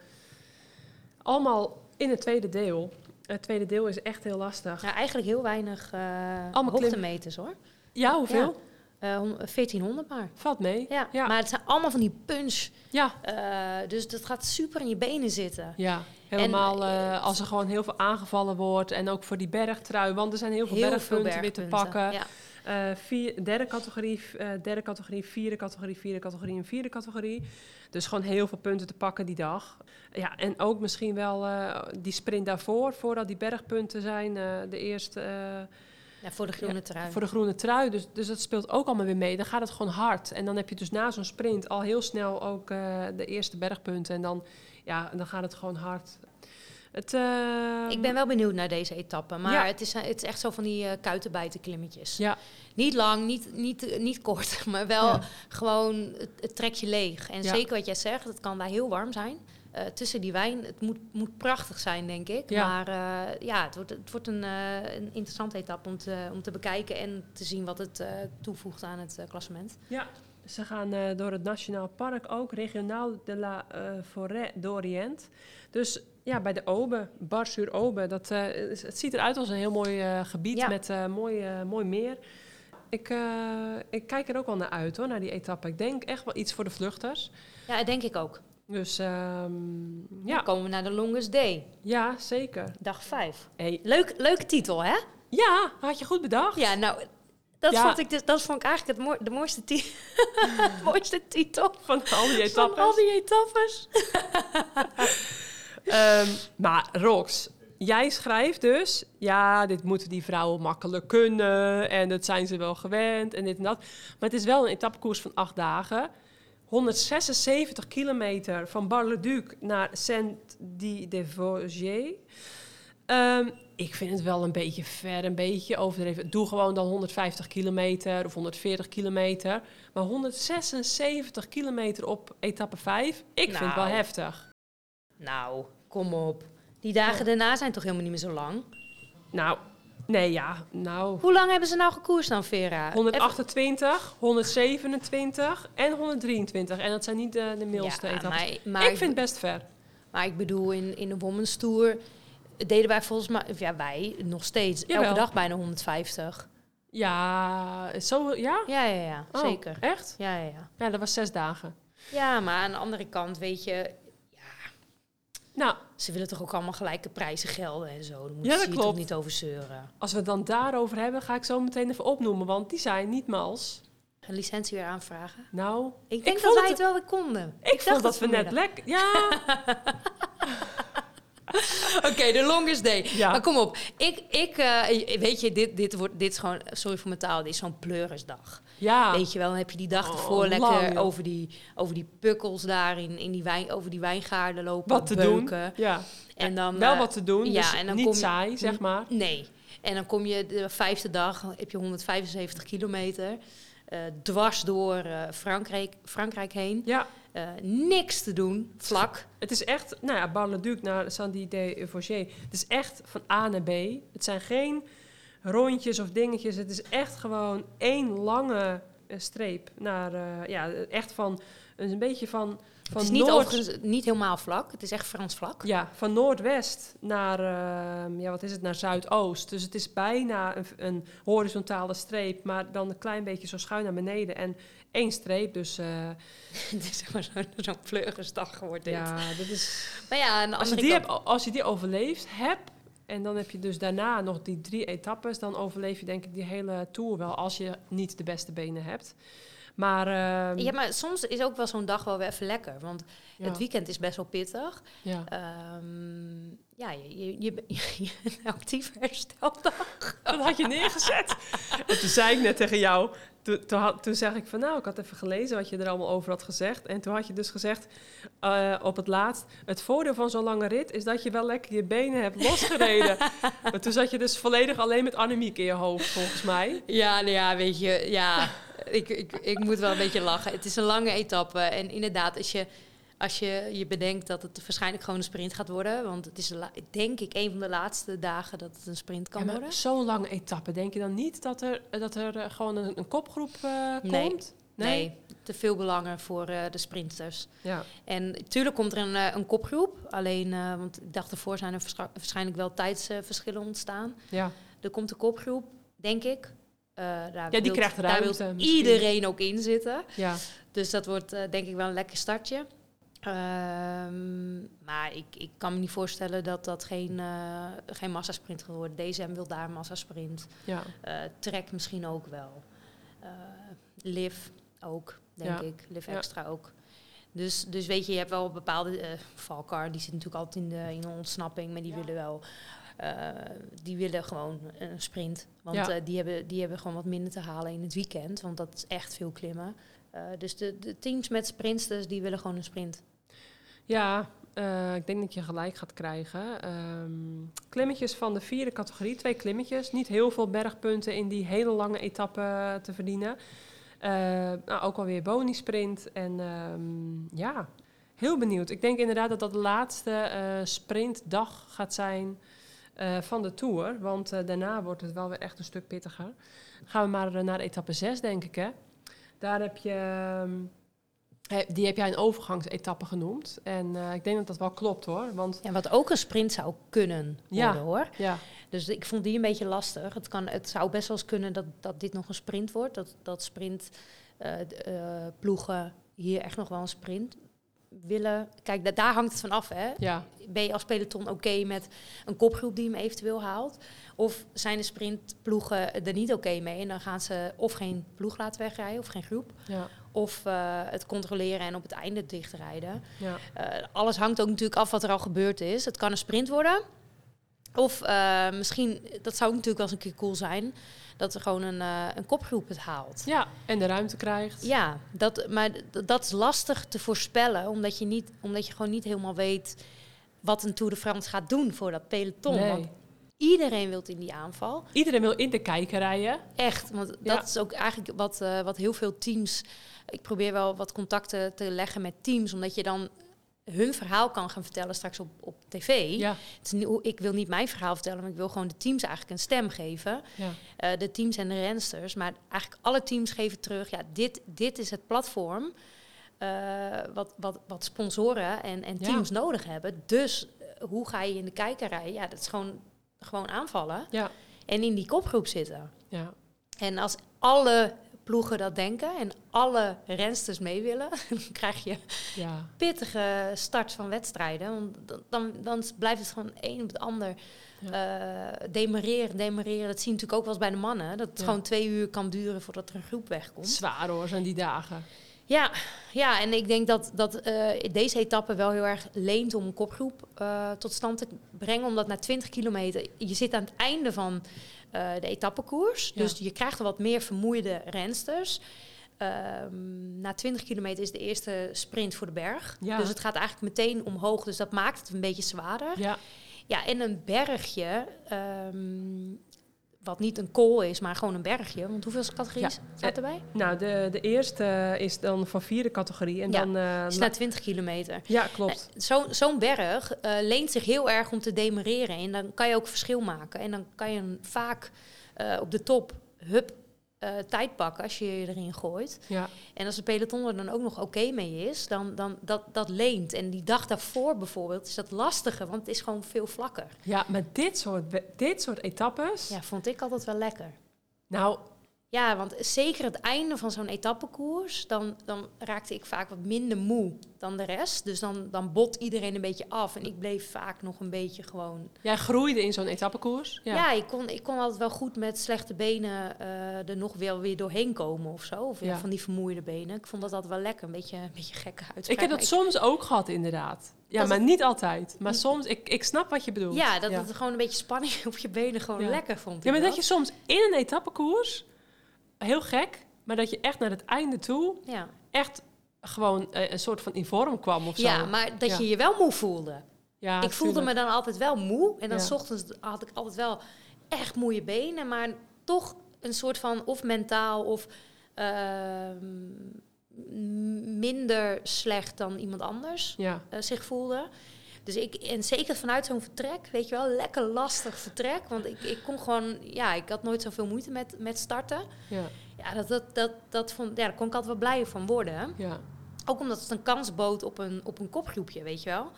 allemaal in het tweede deel. Het tweede deel is echt heel lastig. Ja, eigenlijk heel weinig uh, hoogtemeters, hoor. Ja, hoeveel? Ja. Uh, veertienhonderd maar. Valt mee. Ja, ja. Maar het zijn allemaal van die punch. Ja. Uh, dus dat gaat super in je benen zitten. Ja, helemaal en, uh, als er gewoon heel veel aangevallen wordt. En ook voor die bergtrui, want er zijn heel veel, heel bergpunten, veel bergpunten weer te pakken. Ja. Uh, vier, derde categorie, uh, derde categorie, vierde categorie, vierde categorie en vierde categorie. Dus gewoon heel veel punten te pakken die dag. Ja, en ook misschien wel uh, die sprint daarvoor, voordat die bergpunten zijn, uh, de eerste... Uh, ja, voor de groene ja, trui. Voor de groene trui, dus, dus dat speelt ook allemaal weer mee. Dan gaat het gewoon hard. En dan heb je dus na zo'n sprint al heel snel ook uh, de eerste bergpunten. En dan, ja, dan gaat het gewoon hard. Het, uh, ik ben wel benieuwd naar deze etappe. Maar ja. het, is, het is echt zo van die uh, kuitenbijten klimmetjes. Ja. Niet lang, niet, niet, niet kort, maar wel ja. gewoon het, het trek je leeg. En ja. zeker wat jij zegt, het kan daar heel warm zijn. Uh, tussen die wijn, het moet, moet prachtig zijn, denk ik. Ja. Maar uh, ja, het wordt, het wordt een, uh, een interessante etappe om te, om te bekijken... en te zien wat het uh, toevoegt aan het uh, klassement. Ja, ze gaan uh, door het Nationaal Park ook, Regionaal de la uh, Forêt d'Orient. Dus ja, bij de Aube, Bar-sur-Aube, dat, uh, het ziet eruit als een heel mooi uh, gebied ja. met uh, mooi, uh, mooi meer. Ik, uh, ik kijk er ook wel naar uit, hoor, naar die etappe. Ik denk echt wel iets voor de vluchters. Ja, dat denk ik ook. Dus um, ja. Dan komen we naar de Longest Day. Ja, zeker. Dag vijf. Hey. Leuk, leuke titel, hè? Ja, had je goed bedacht. Ja, nou, dat, ja. Vond, ik dus, dat vond ik eigenlijk het mooi, de mooiste, ti- mooiste titel. Van al die etappes. Van al die etappes. um, maar Rox, jij schrijft dus... ja, dit moeten die vrouwen makkelijk kunnen... en dat zijn ze wel gewend en dit en dat. Maar het is wel een etappekoers van acht dagen... honderdzesenzeventig kilometer van Bar-le-Duc naar Saint-Dié-de-Vosges. Um, ik vind het wel een beetje ver, een beetje overdreven. Doe gewoon dan honderdvijftig kilometer of honderdveertig kilometer. Maar honderdzesenzeventig kilometer op etappe vijf, ik nou, vind het wel heftig. Nou, kom op. Die dagen ja. daarna zijn toch helemaal niet meer zo lang? Nou... Nee, ja, nou... Hoe lang hebben ze nou gekoerst dan, Vera? honderdachtentwintig, honderdzevenentwintig en honderddrieëntwintig. En dat zijn niet de, de middelste ja, etappes. Maar, maar ik vind het best ver. Maar ik bedoel, in, in de Women's Tour deden wij volgens mij, of ja, wij nog steeds, Jawel. elke dag bijna honderdvijftig. Ja, zo, ja? Ja, ja, ja, Oh, zeker. Echt? Ja, ja, ja. Ja, dat was zes dagen. Ja, maar aan de andere kant, weet je, Nou, ze willen toch ook allemaal gelijke prijzen gelden en zo. Daar moet Ja, dat je toch klopt. niet over zeuren. als we het dan daarover hebben, ga ik zo meteen even opnoemen, want die zijn niet mals. Een licentie weer aanvragen. Nou, Ik denk Ik dat vond wij het- het wel weer konden. ik, dacht vond dat het we net vanmiddag. lekker... Ja, Oké, de longest day. Ja. Maar kom op. Ik, ik eh, weet je, dit, dit, wordt, dit is gewoon, sorry voor mijn taal, dit is zo'n pleurisdag. ja. Weet je wel, dan heb je die dag Oh, ervoor lang, lekker joh. over die, over die pukkels daar in, in die wijn, over die wijngaarden lopen. wat te beuken. doen. Ja. En dan, Wel eh, wat te doen, ja, dus en dan niet kom je- saai, zeg maar. Nee. En dan kom je de vijfde dag, heb je honderdvijfenzeventig kilometer. eh, dwars door eh, Frankrijk, Frankrijk heen. Ja, Eh, niks te doen, vlak. het is echt... Nou ja, Bar-le-Duc naar Saint-Dié-Vosges. Het is echt van A naar B. Het zijn geen rondjes of dingetjes. Het is echt gewoon één lange eh, streep naar... eh, ja, echt van... Een beetje van... Het van is niet, noord, overigens niet helemaal vlak, het is echt Frans vlak. Ja, van noordwest naar, eh, ja, wat is het, naar zuidoost. Dus het is bijna een, een horizontale streep, maar dan een klein beetje zo schuin naar beneden. En één streep, dus uh, Het is zeg maar zo'n zo'n vleugersdag geworden. ja, dit is... Maar ja, aan de Als je, andere die kant... hebt, als je die overleefd hebt, en dan heb je dus daarna nog die drie etappes, dan overleef je denk ik die hele Tour wel, als je niet de beste benen hebt. Maar, uh, Ja, maar soms is ook wel zo'n dag wel weer even lekker. Want ja, het weekend is best wel pittig. ja. Um, ja, je, je, je, je bent een actief hersteldag. Dat had je neergezet. En toen zei ik net tegen jou... Toen, toen, had, toen zeg ik van, nou, ik had even gelezen wat je er allemaal over had gezegd. En toen had je dus gezegd, uh, op het laatst... Het voordeel van zo'n lange rit is dat je wel lekker je benen hebt losgereden. Maar toen zat je dus volledig alleen met anemiek in je hoofd, volgens mij. Ja, nou ja, weet je, ja, ik, ik, ik moet wel een beetje lachen. Het is een lange etappe. En inderdaad, als je, als je je bedenkt dat het waarschijnlijk gewoon een sprint gaat worden... want het is, de la- denk ik, een van de laatste dagen dat het een sprint kan Ja, maar worden. zo'n lange etappe, denk je dan niet dat er, dat er uh, gewoon een, een kopgroep uh, Nee. komt? Nee, te veel belangen voor uh, de sprinters. Ja. En natuurlijk komt er een, uh, een kopgroep. Alleen, uh, want ik dacht ervoor zijn er waarsch- waarschijnlijk wel tijdsverschillen uh, ontstaan. Ja. Er komt een kopgroep, denk ik. Uh, daar Ja, die wilt- krijgt Daar ruimte wil misschien. iedereen ook in zitten. Ja. Dus dat wordt uh, denk ik wel een lekker startje. Um, maar ik, ik kan me niet voorstellen dat dat geen, uh, geen massasprint gaat worden. D S M wil daar een massasprint. Ja. Uh, Trek misschien ook wel. Uh, Liv ook, denk Ja. ik. Liv Ja. Extra ook. Dus, dus weet je, je hebt wel bepaalde... Uh, Valkar, die zit natuurlijk altijd in de, in de ontsnapping. Maar die Ja. willen wel... Uh, die willen gewoon een sprint. Want Ja. uh, die, hebben, die hebben gewoon wat minder te halen in het weekend. Want dat is echt veel klimmen. Uh, dus de, de teams met sprinters, die willen gewoon een sprint. Ja, uh, ik denk dat je gelijk gaat krijgen. Um, klimmetjes van de vierde categorie, twee klimmetjes. Niet heel veel bergpunten in die hele lange etappe te verdienen. Uh, nou, ook alweer bonisprint. En um, ja, heel benieuwd. Ik denk inderdaad dat dat de laatste uh, sprintdag gaat zijn uh, van de Tour. Want uh, daarna wordt het wel weer echt een stuk pittiger. Gaan we maar uh, naar etappe zes, denk ik, hè. Daar heb je... Um, Die heb jij een overgangsetappe genoemd. En uh, ik denk dat dat wel klopt, hoor. Want, ja, wat ook een sprint zou kunnen worden, ja, hoor. Ja. Dus ik vond die een beetje lastig. Het, kan, het zou best wel eens kunnen dat, dat dit nog een sprint wordt. Dat, dat sprint uh, uh, ploegen hier echt nog wel een sprint willen. Kijk, da- daar hangt het van af, hè. Ja. Ben je als peloton oké okay met een kopgroep die hem eventueel haalt? Of zijn de sprintploegen er niet oké okay mee? En dan gaan ze of geen ploeg laten wegrijden of geen groep. Ja. Of uh, het controleren en op het einde dichtrijden. Ja. Uh, alles hangt ook natuurlijk af wat er al gebeurd is. Het kan een sprint worden. Of uh, misschien, dat zou natuurlijk wel eens een keer cool zijn... dat er gewoon een, uh, een kopgroep het haalt. Ja, en de ruimte krijgt. Ja, dat, maar d- dat is lastig te voorspellen... Omdat je, niet, omdat je gewoon niet helemaal weet... wat een Tour de France gaat doen voor dat peloton. Nee. Want iedereen wil in die aanval. Iedereen wil in de kijker rijden. Echt, want dat Ja. is ook eigenlijk wat, uh, wat heel veel teams... Ik probeer wel wat contacten te leggen met teams... omdat je dan hun verhaal kan gaan vertellen straks op, op tv. Ja. Het is niet, ik wil niet mijn verhaal vertellen... maar ik wil gewoon de teams eigenlijk een stem geven. Ja. Uh, de teams en de rensters. Maar eigenlijk alle teams geven terug... ja, dit, dit is het platform... uh, wat, wat, wat sponsoren en, en teams ja. nodig hebben. Dus uh, hoe ga je in de kijkerij? Ja, dat is gewoon, gewoon aanvallen. Ja. En in die kopgroep zitten. Ja. En als alle ploegen dat denken en alle rensters mee willen, dan krijg je ja. pittige start van wedstrijden. Want dan, dan, dan blijft het gewoon een op het ander ja. uh, demareren, demareren. Dat zie je natuurlijk ook wel eens bij de mannen. Dat het ja. gewoon twee uur kan duren voordat er een groep wegkomt. Zwaar hoor, zijn die dagen. Ja, ja, en ik denk dat, dat uh, deze etappe wel heel erg leent om een kopgroep uh, tot stand te brengen. Omdat na twintig kilometer, je zit aan het einde van uh, de etappekoers. Ja. Dus je krijgt er wat meer vermoeide rensters. Uh, na twintig kilometer is de eerste sprint voor de berg. Ja. Dus het gaat eigenlijk meteen omhoog. Dus dat maakt het een beetje zwaarder. Ja, ja en een bergje... Um, wat niet een kool is, maar gewoon een bergje. Want hoeveel categorieën ja. staat erbij? Nou, de, de eerste is dan van vierde categorie. En ja, dan uh, is na twintig kilometer. Ja, klopt. Zo, zo'n berg uh, leent zich heel erg om te demareren. En dan kan je ook verschil maken. En dan kan je een, vaak uh, op de top, hup, uh, tijd pakken als je je erin gooit. Ja. En als de peloton er dan ook nog oké okay mee is, dan, dan dat, dat leent. En die dag daarvoor bijvoorbeeld is dat lastiger, want het is gewoon veel vlakker. Ja, maar dit soort, dit soort etappes... Ja, vond ik altijd wel lekker. Nou... Ja, want zeker het einde van zo'n etappekoers, dan, dan raakte ik vaak wat minder moe dan de rest. Dus dan, dan bot iedereen een beetje af. En ik bleef vaak nog een beetje gewoon... Jij groeide in zo'n etappekoers? Ja, ja ik, kon, ik kon altijd wel goed met slechte benen uh, er nog wel weer doorheen komen of zo. Of ja. van die vermoeide benen. Ik vond dat altijd wel lekker, een beetje, een beetje gekke uitspraak. Ik heb dat soms ook gehad, inderdaad. Ja, dat maar het... niet altijd. Maar soms, ik, ik snap wat je bedoelt. Ja, dat ja. het gewoon een beetje spanning op je benen gewoon ja. lekker vond. Ja, maar dat. dat je soms in een etappekoers... Heel gek, maar dat je echt naar het einde toe ja. echt gewoon uh, een soort van in vorm kwam of zo. Ja, maar dat ja. je je wel moe voelde. Ja, ik voelde tuurlijk. me dan altijd wel moe. En dan ja. 's ochtends had ik altijd wel echt moeie benen. Maar toch een soort van of mentaal of uh, minder slecht dan iemand anders ja. uh, zich voelde. Dus ik, en zeker vanuit zo'n vertrek, weet je wel, lekker lastig vertrek. Want ik, ik kon gewoon, ja, ik had nooit zoveel moeite met, met starten. Ja, ja, dat, dat, dat, dat vond, ja, daar kon ik altijd wel blij van worden. Ja. Ook omdat het een kans bood op een, op een kopgroepje, weet je wel.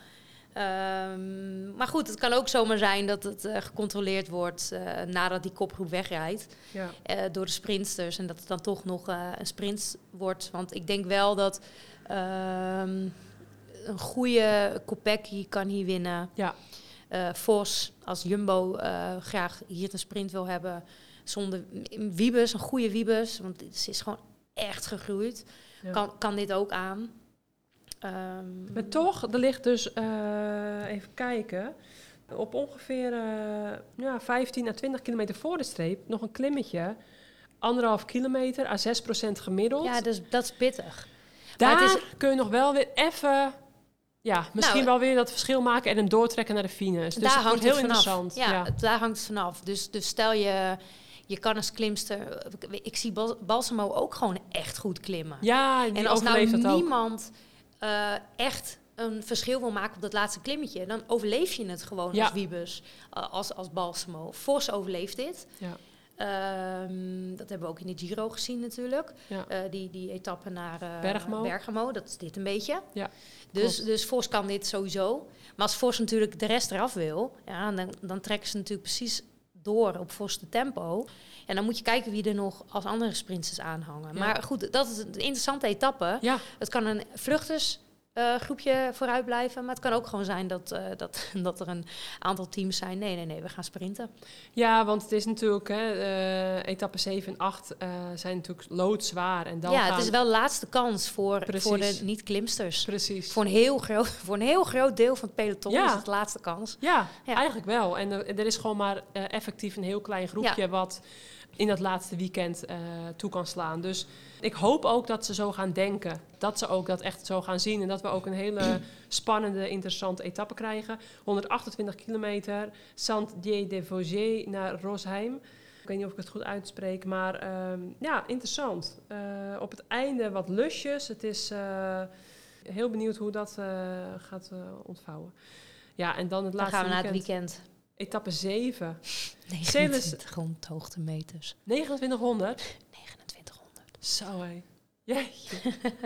Um, maar goed, het kan ook zomaar zijn dat het uh, gecontroleerd wordt uh, nadat die kopgroep wegrijdt. Ja. Uh, door de sprinters. En dat het dan toch nog uh, een sprint wordt. Want ik denk wel dat... Um, een goede Kopecky kan hier winnen. Ja. Uh, Vos, als Jumbo uh, graag hier een sprint wil hebben. Zonder Wiebes, een goede Wiebes. Want ze is gewoon echt gegroeid. Ja. Kan, kan dit ook aan. Um, maar toch, er ligt dus... Uh, even kijken... Op ongeveer uh, ja, vijftien à twintig kilometer voor de streep... nog een klimmetje. Anderhalf kilometer, à zes procent gemiddeld. Ja, dus dat is pittig. Daar maar het is, kun je nog wel weer even... Ja, misschien nou, wel weer dat verschil maken en hem doortrekken naar de fines. Dus daar het wordt heel het interessant. Ja, ja, daar hangt het vanaf. Dus, dus stel je, je kan als klimster... Ik zie Bal- Balsamo ook gewoon echt goed klimmen. Ja, die en als nou dat niemand uh, echt een verschil wil maken op dat laatste klimmetje... dan overleef je het gewoon ja. als Wiebes, uh, als, als Balsamo. Vos overleeft dit. Ja. Um, dat hebben we ook in de Giro gezien natuurlijk. Ja. Uh, die, die etappe naar uh, Bergamo. Bergamo, dat is dit een beetje. Ja. Dus, Klopt. dus Vos kan dit sowieso. Maar als Vos natuurlijk de rest eraf wil... Ja, dan, dan trekken ze natuurlijk precies door op Vos de tempo. En dan moet je kijken wie er nog als andere sprinters aanhangen. Ja. Maar goed, dat is een interessante etappe. Ja. Het kan een vluchters... Uh, groepje vooruit blijven. Maar het kan ook gewoon zijn dat, uh, dat, dat er een aantal teams zijn. Nee, nee, nee, we gaan sprinten. Ja, want het is natuurlijk... Hè, uh, etappe zeven en acht uh, zijn natuurlijk loodzwaar. En dan ja, gaan... het is wel de laatste kans voor, voor de niet-klimsters. Precies. Voor een, heel groot, voor een heel groot deel van het peloton ja. is het de laatste kans. Ja, ja. eigenlijk wel. En uh, er is gewoon maar uh, effectief een heel klein groepje... Ja. wat in dat laatste weekend uh, toe kan slaan. Dus ik hoop ook dat ze zo gaan denken. Dat ze ook dat echt zo gaan zien. En dat we ook een hele spannende, interessante etappe krijgen. honderdachtentwintig kilometer. Saint-Dié-de-Vosges naar Rosheim. Ik weet niet of ik het goed uitspreek. Maar um, ja, interessant. Uh, op het einde wat lusjes. Het is uh, heel benieuwd hoe dat uh, gaat uh, ontvouwen. Ja, en dan het dan laatste gaan we weekend. naar het weekend. Etappe zeven. negenentwintig grondhoogtemeters. negenentwintighonderd? negenentwintighonderd. Zo hé. Jeetje.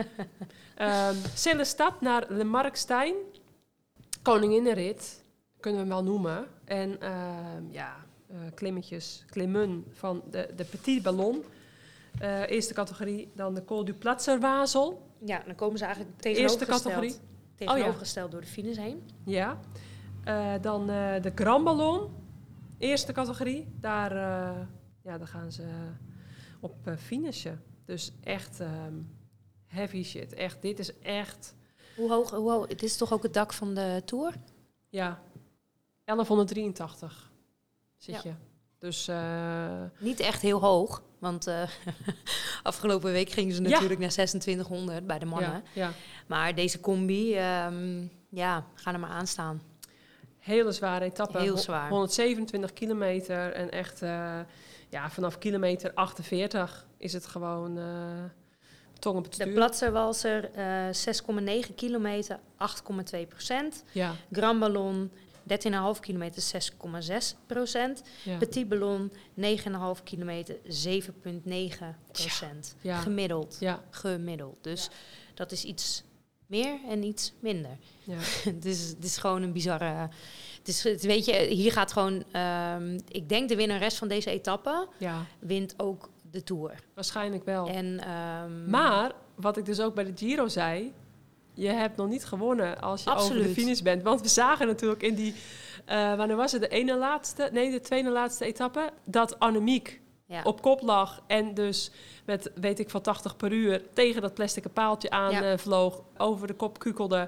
um, Stille stap naar Le Markstein. Koninginnenrit, kunnen we hem wel noemen. En uh, ja, uh, klimmetjes, klimmen van de, de Petit Ballon. Uh, eerste categorie, dan de Col du Platzerwazel. Ja, dan komen ze eigenlijk tegenovergesteld, eerste categorie. tegenovergesteld oh, ja. door de finish heen. Ja. Uh, dan uh, de Grand Ballon, eerste categorie. Daar, uh, ja, daar gaan ze op uh, finishen. Dus echt um, heavy shit. Echt, dit is echt... Hoe hoog, hoe hoog? Het is toch ook het dak van de Tour? Ja, elfhonderddrieëntachtig zit ja. je. Dus... Uh, niet echt heel hoog, want uh, afgelopen week gingen ze natuurlijk ja. naar zesentwintighonderd bij de mannen. Ja, ja. Maar deze combi, um, ja, gaan er maar aan staan. Hele zware etappe. Heel zwaar. honderdzevenentwintig kilometer en echt, uh, ja, vanaf kilometer achtenveertig is het gewoon uh, tong op het stuur. De Platzerwalser, uh, zes komma negen kilometer, acht komma twee procent. Ja. Grand Ballon, dertien komma vijf kilometer, zes komma zes procent. Ja. Petit Ballon, negen komma vijf kilometer, zeven komma negen procent. Ja. Ja. Gemiddeld. Ja. Gemiddeld. Dus ja. dat is iets meer en iets minder. Ja. het, is, het is gewoon een bizarre... Het is, het, weet je, hier gaat gewoon... Um, ik denk de winnares van deze etappe ja. wint ook de Tour. Waarschijnlijk wel. En, um, maar, wat ik dus ook bij de Giro zei... Je hebt nog niet gewonnen als je Absoluut. over de finish bent. Want we zagen natuurlijk in die... Uh, wanneer was het? De ene laatste... Nee, de tweede laatste etappe... dat Annemiek ja. op kop lag... en dus met, weet ik, van tachtig per uur... tegen dat plastic paaltje aan ja. uh, vloog... over de kop kukelde...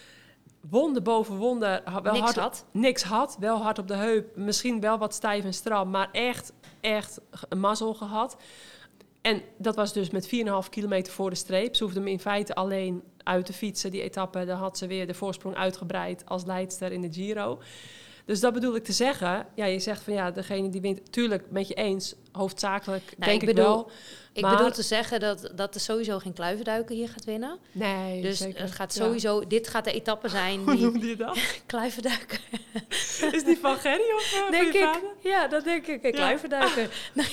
Wonde boven wonde. Wel niks hard, had. Niks had. Wel hard op de heup. Misschien wel wat stijf en stram. Maar echt, echt een mazzel gehad. En dat was dus met vier komma vijf kilometer voor de streep. Ze hoefde hem in feite alleen uit te fietsen, die etappe. Dan had ze weer de voorsprong uitgebreid als leidster in de Giro. Dus dat bedoel ik te zeggen. Ja, je zegt van ja, degene die wint... Tuurlijk, met je eens, hoofdzakelijk, nou, denk ik, bedoel, ik wel. Ik maar, bedoel te zeggen dat, dat er sowieso geen kluivenduiker hier gaat winnen. Nee, Dus zeker. het gaat sowieso... Ja. Dit gaat de etappe zijn... Hoe noemde je dat? Kluivenduiker. Is die van Gerry of uh, denk ik. vader? Ja, dat denk ik. Ja. Kluivenduiker.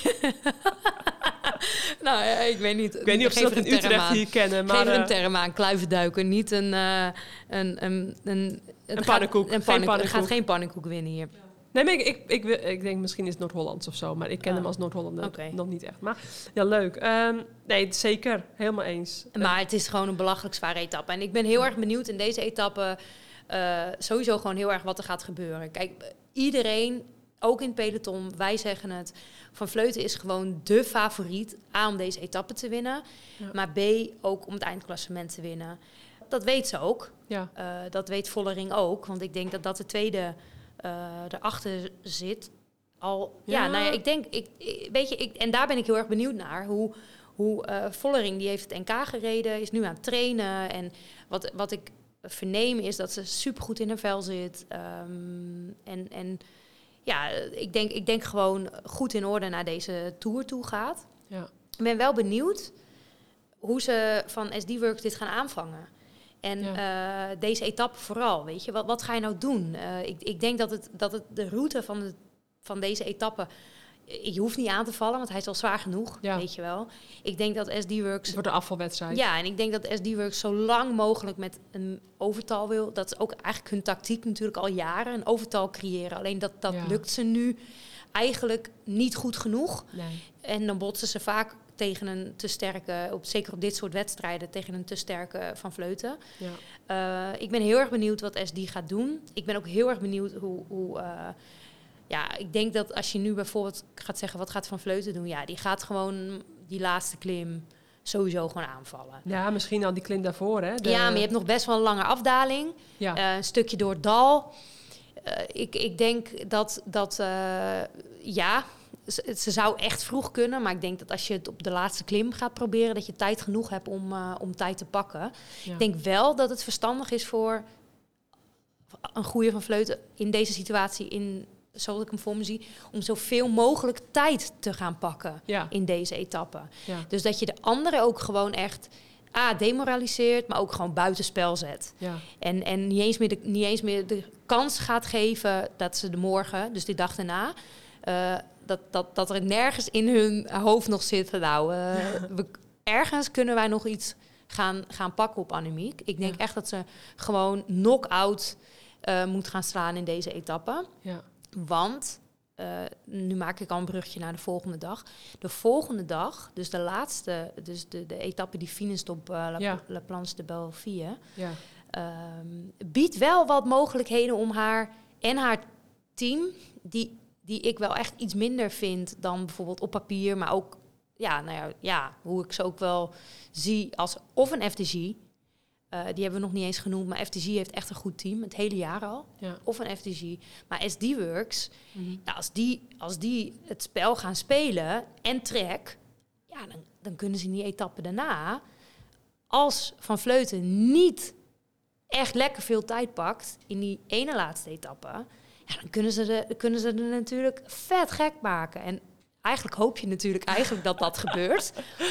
nou ja, ik weet niet. Ik weet niet of ze dat in Utrecht hier kennen. Maar, Geef er een term aan, kluivenduiker. Niet een... Uh, een, een, een een pannenkoek. Een pannenkoek. Er gaat geen pannenkoek winnen hier. Ja. Nee, maar ik, ik, ik, ik denk misschien is het Noord-Hollands of zo. Maar ik ken oh. hem als Noord-Hollander okay. nog niet echt. Maar ja, leuk. Um, nee, zeker. Helemaal eens. Maar het is gewoon een belachelijk zware etappe. En ik ben heel erg benieuwd in deze etappe... Uh, sowieso gewoon heel erg wat er gaat gebeuren. Kijk, iedereen, ook in het peloton, wij zeggen het... Van Vleuten is gewoon dé favoriet A, om deze etappe te winnen. Ja. Maar B, ook om het eindklassement te winnen. Dat weet ze ook. Ja. Uh, dat weet Vollering ook. Want ik denk dat dat de tweede... Uh, erachter zit. Al, ja. ja, nou ja, ik denk, ik, ik, weet je, ik, en daar ben ik heel erg benieuwd naar. Hoe, hoe uh, Vollering, die heeft het N K gereden, is nu aan het trainen. En wat, wat ik verneem is dat ze supergoed in haar vel zit. Um, en, en ja, ik denk, ik denk gewoon goed in orde naar deze Tour toe gaat. Ja. Ik ben wel benieuwd hoe ze van S D-Works dit gaan aanvangen. En ja. uh, deze etappe vooral, weet je, wat, wat ga je nou doen? Uh, ik, ik denk dat, het, dat het de route van, de, van deze etappe... Je hoeft niet aan te vallen, want hij is al zwaar genoeg, ja. weet je wel. Ik denk dat S D-Works... Het wordt een afvalwedstrijd. Ja, en ik denk dat S D-Works zo lang mogelijk met een overtal wil. Dat is ook eigenlijk hun tactiek natuurlijk al jaren, een overtal creëren. Alleen dat, dat ja. lukt ze nu eigenlijk niet goed genoeg. Nee. En dan botsen ze vaak... tegen een te sterke, op, zeker op dit soort wedstrijden, tegen een te sterke Van Vleuten. Ja. Uh, ik ben heel erg benieuwd wat S D gaat doen. Ik ben ook heel erg benieuwd hoe... hoe uh, ja, ik denk dat als je nu bijvoorbeeld gaat zeggen, wat gaat Van Vleuten doen? Ja, die gaat gewoon die laatste klim sowieso gewoon aanvallen. Ja, misschien al die klim daarvoor, hè? De... Ja, maar je hebt nog best wel een lange afdaling. Ja. Uh, een stukje door het dal. Uh, ik, ik denk dat, dat uh, ja... Ze zou echt vroeg kunnen, maar ik denk dat als je het op de laatste klim gaat proberen... dat je tijd genoeg hebt om, uh, om tijd te pakken. Ja. Ik denk wel dat het verstandig is voor een goede Van Vleuten... in deze situatie, in, zoals ik hem voor me zie... om zoveel mogelijk tijd te gaan pakken ja. in deze etappe. Ja. Dus dat je de anderen ook gewoon echt... A, demoraliseert, maar ook gewoon buitenspel zet. Ja. En, en niet, eens meer de, niet eens meer de kans gaat geven dat ze de morgen, dus die dag daarna... Uh, Dat, dat, dat er nergens in hun hoofd nog zit. Nou, uh, we, ergens kunnen wij nog iets gaan, gaan pakken op Annemiek. Ik denk ja. echt dat ze gewoon knock-out uh, moet gaan slaan in deze etappe. Ja. Want, uh, nu maak ik al een brugje naar de volgende dag. De volgende dag, dus de laatste, dus de, de etappe die finist op uh, La, ja. La Planche de Belleville, Ja. Um, biedt wel wat mogelijkheden om haar en haar team, die, die ik wel echt iets minder vind dan bijvoorbeeld op papier, maar ook ja, nou ja, ja, hoe ik ze ook wel zie als of een F D G. Uh, die hebben we nog niet eens genoemd, maar F D G heeft echt een goed team, het hele jaar al. Ja. Of een F D G. Maar S D Works, Mm-hmm. nou, als, die, als die het spel gaan spelen en Trek, ja, dan, dan kunnen ze in die etappe daarna, als Van Vleuten niet echt lekker veel tijd pakt in die ene laatste etappe, ja, dan kunnen ze, de, kunnen ze er natuurlijk vet gek maken. En eigenlijk hoop je natuurlijk eigenlijk dat dat gebeurt.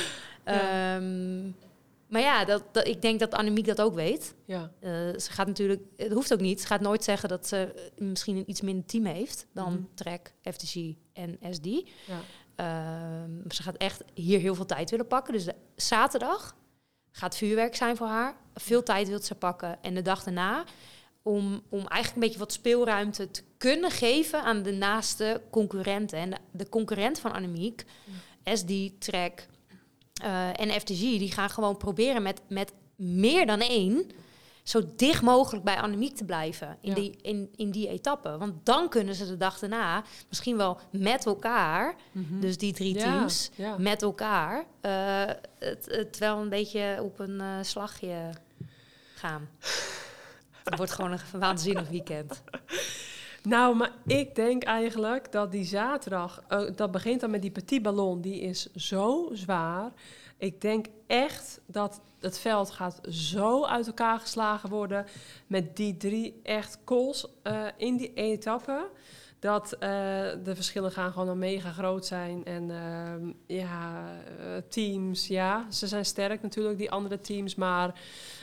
Ja. Um, maar ja, dat, dat, ik denk dat Annemiek dat ook weet. Ja. Uh, ze gaat natuurlijk, het hoeft ook niet, ze gaat nooit zeggen dat ze misschien een iets minder team heeft dan mm-hmm. Trek, F D G en S D. Ja. Um, ze gaat echt hier heel veel tijd willen pakken. Dus de, zaterdag gaat vuurwerk zijn voor haar. Veel tijd wil ze pakken. En de dag daarna, om, om eigenlijk een beetje wat speelruimte te kunnen geven aan de naaste concurrenten. En de, de concurrent van Annemiek, ja. S D, Trek uh, en F D G, die gaan gewoon proberen met, met meer dan één zo dicht mogelijk bij Annemiek te blijven in, ja. die, in, in die etappe. Want dan kunnen ze de dag daarna misschien wel met elkaar, mm-hmm. dus die drie ja, teams, ja. met elkaar, uh, het, het wel een beetje op een uh, slagje gaan. Het wordt gewoon een waanzinnig weekend. Nou, maar ik denk eigenlijk dat die zaterdag, uh, dat begint dan met die petit ballon, die is zo zwaar. Ik denk echt dat het veld gaat zo uit elkaar geslagen worden met die drie echt calls uh, in die etappe. Dat uh, de verschillen gaan gewoon al mega groot zijn. En uh, ja, uh, teams, ja, ze zijn sterk natuurlijk, die andere teams. Maar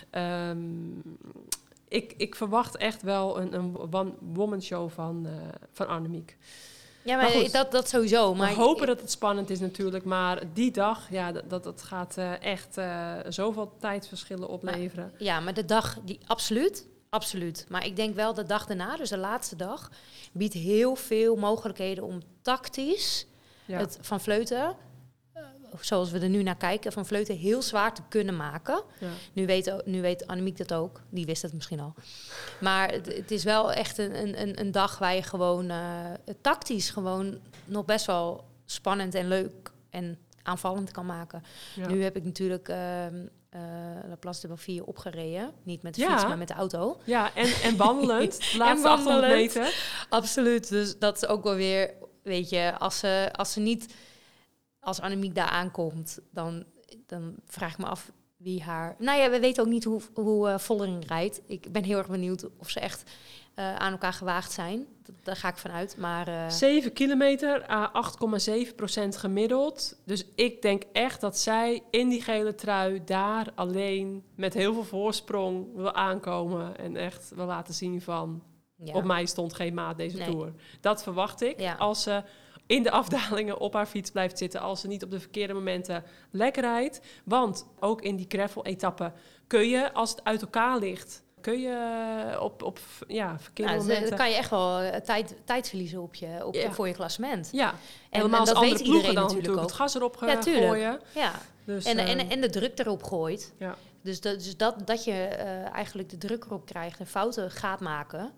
um, ik, ik verwacht echt wel een, een one-woman show van, uh, van Annemiek. Ja, maar, maar goed, dat, dat sowieso. Maar we hopen dat het spannend is natuurlijk. Maar die dag, ja, dat, dat gaat uh, echt uh, zoveel tijdverschillen opleveren. Maar, ja, maar de dag, die absoluut, absoluut. Maar ik denk wel de dag daarna, dus de laatste dag, biedt heel veel mogelijkheden om tactisch ja. het Van Vleuten, uh, zoals we er nu naar kijken, Van Vleuten heel zwaar te kunnen maken. Ja. Nu, weet, nu weet Annemiek dat ook. Die wist het misschien al. Maar het, het is wel echt een, een, een dag waar je gewoon uh, tactisch gewoon nog best wel spannend en leuk en aanvallend kan maken. Ja. Nu heb ik natuurlijk uh, uh, La Place de Belleville opgereden. Niet met de ja. fiets, maar met de auto. Ja, en, en wandelend. De laatste achthonderd meter. Absoluut. Dus dat is ook wel weer, weet je, als ze, als ze niet, als Annemiek daar aankomt, dan, dan vraag ik me af wie haar... Nou ja, we weten ook niet hoe, hoe uh, Vollering rijdt. Ik ben heel erg benieuwd of ze echt uh, aan elkaar gewaagd zijn. Dat, daar ga ik vanuit, maar... Uh... zeven kilometer, acht komma zeven procent gemiddeld. Dus ik denk echt dat zij in die gele trui daar alleen met heel veel voorsprong wil aankomen. En echt wil laten zien van... Ja. Op mij stond geen maat deze nee. Tour. Dat verwacht ik. Ja. Als ze in de afdalingen op haar fiets blijft zitten, als ze niet op de verkeerde momenten lekker rijdt. Want ook in die gravel-etappen kun je, als het uit elkaar ligt, kun je op, op ja, verkeerde nou, momenten... Dan kan je echt wel uh, tijd, tijd verliezen op je, op, ja. voor je klassement. Ja, en, helemaal en als dat andere weet ploegen iedereen dan natuurlijk ook. Het gas erop ja, gooien. Ja, dus, en, uh, en, en de druk erop gooit. Ja. Dus, dat, dus dat, dat je uh, eigenlijk de druk erop krijgt en fouten gaat maken...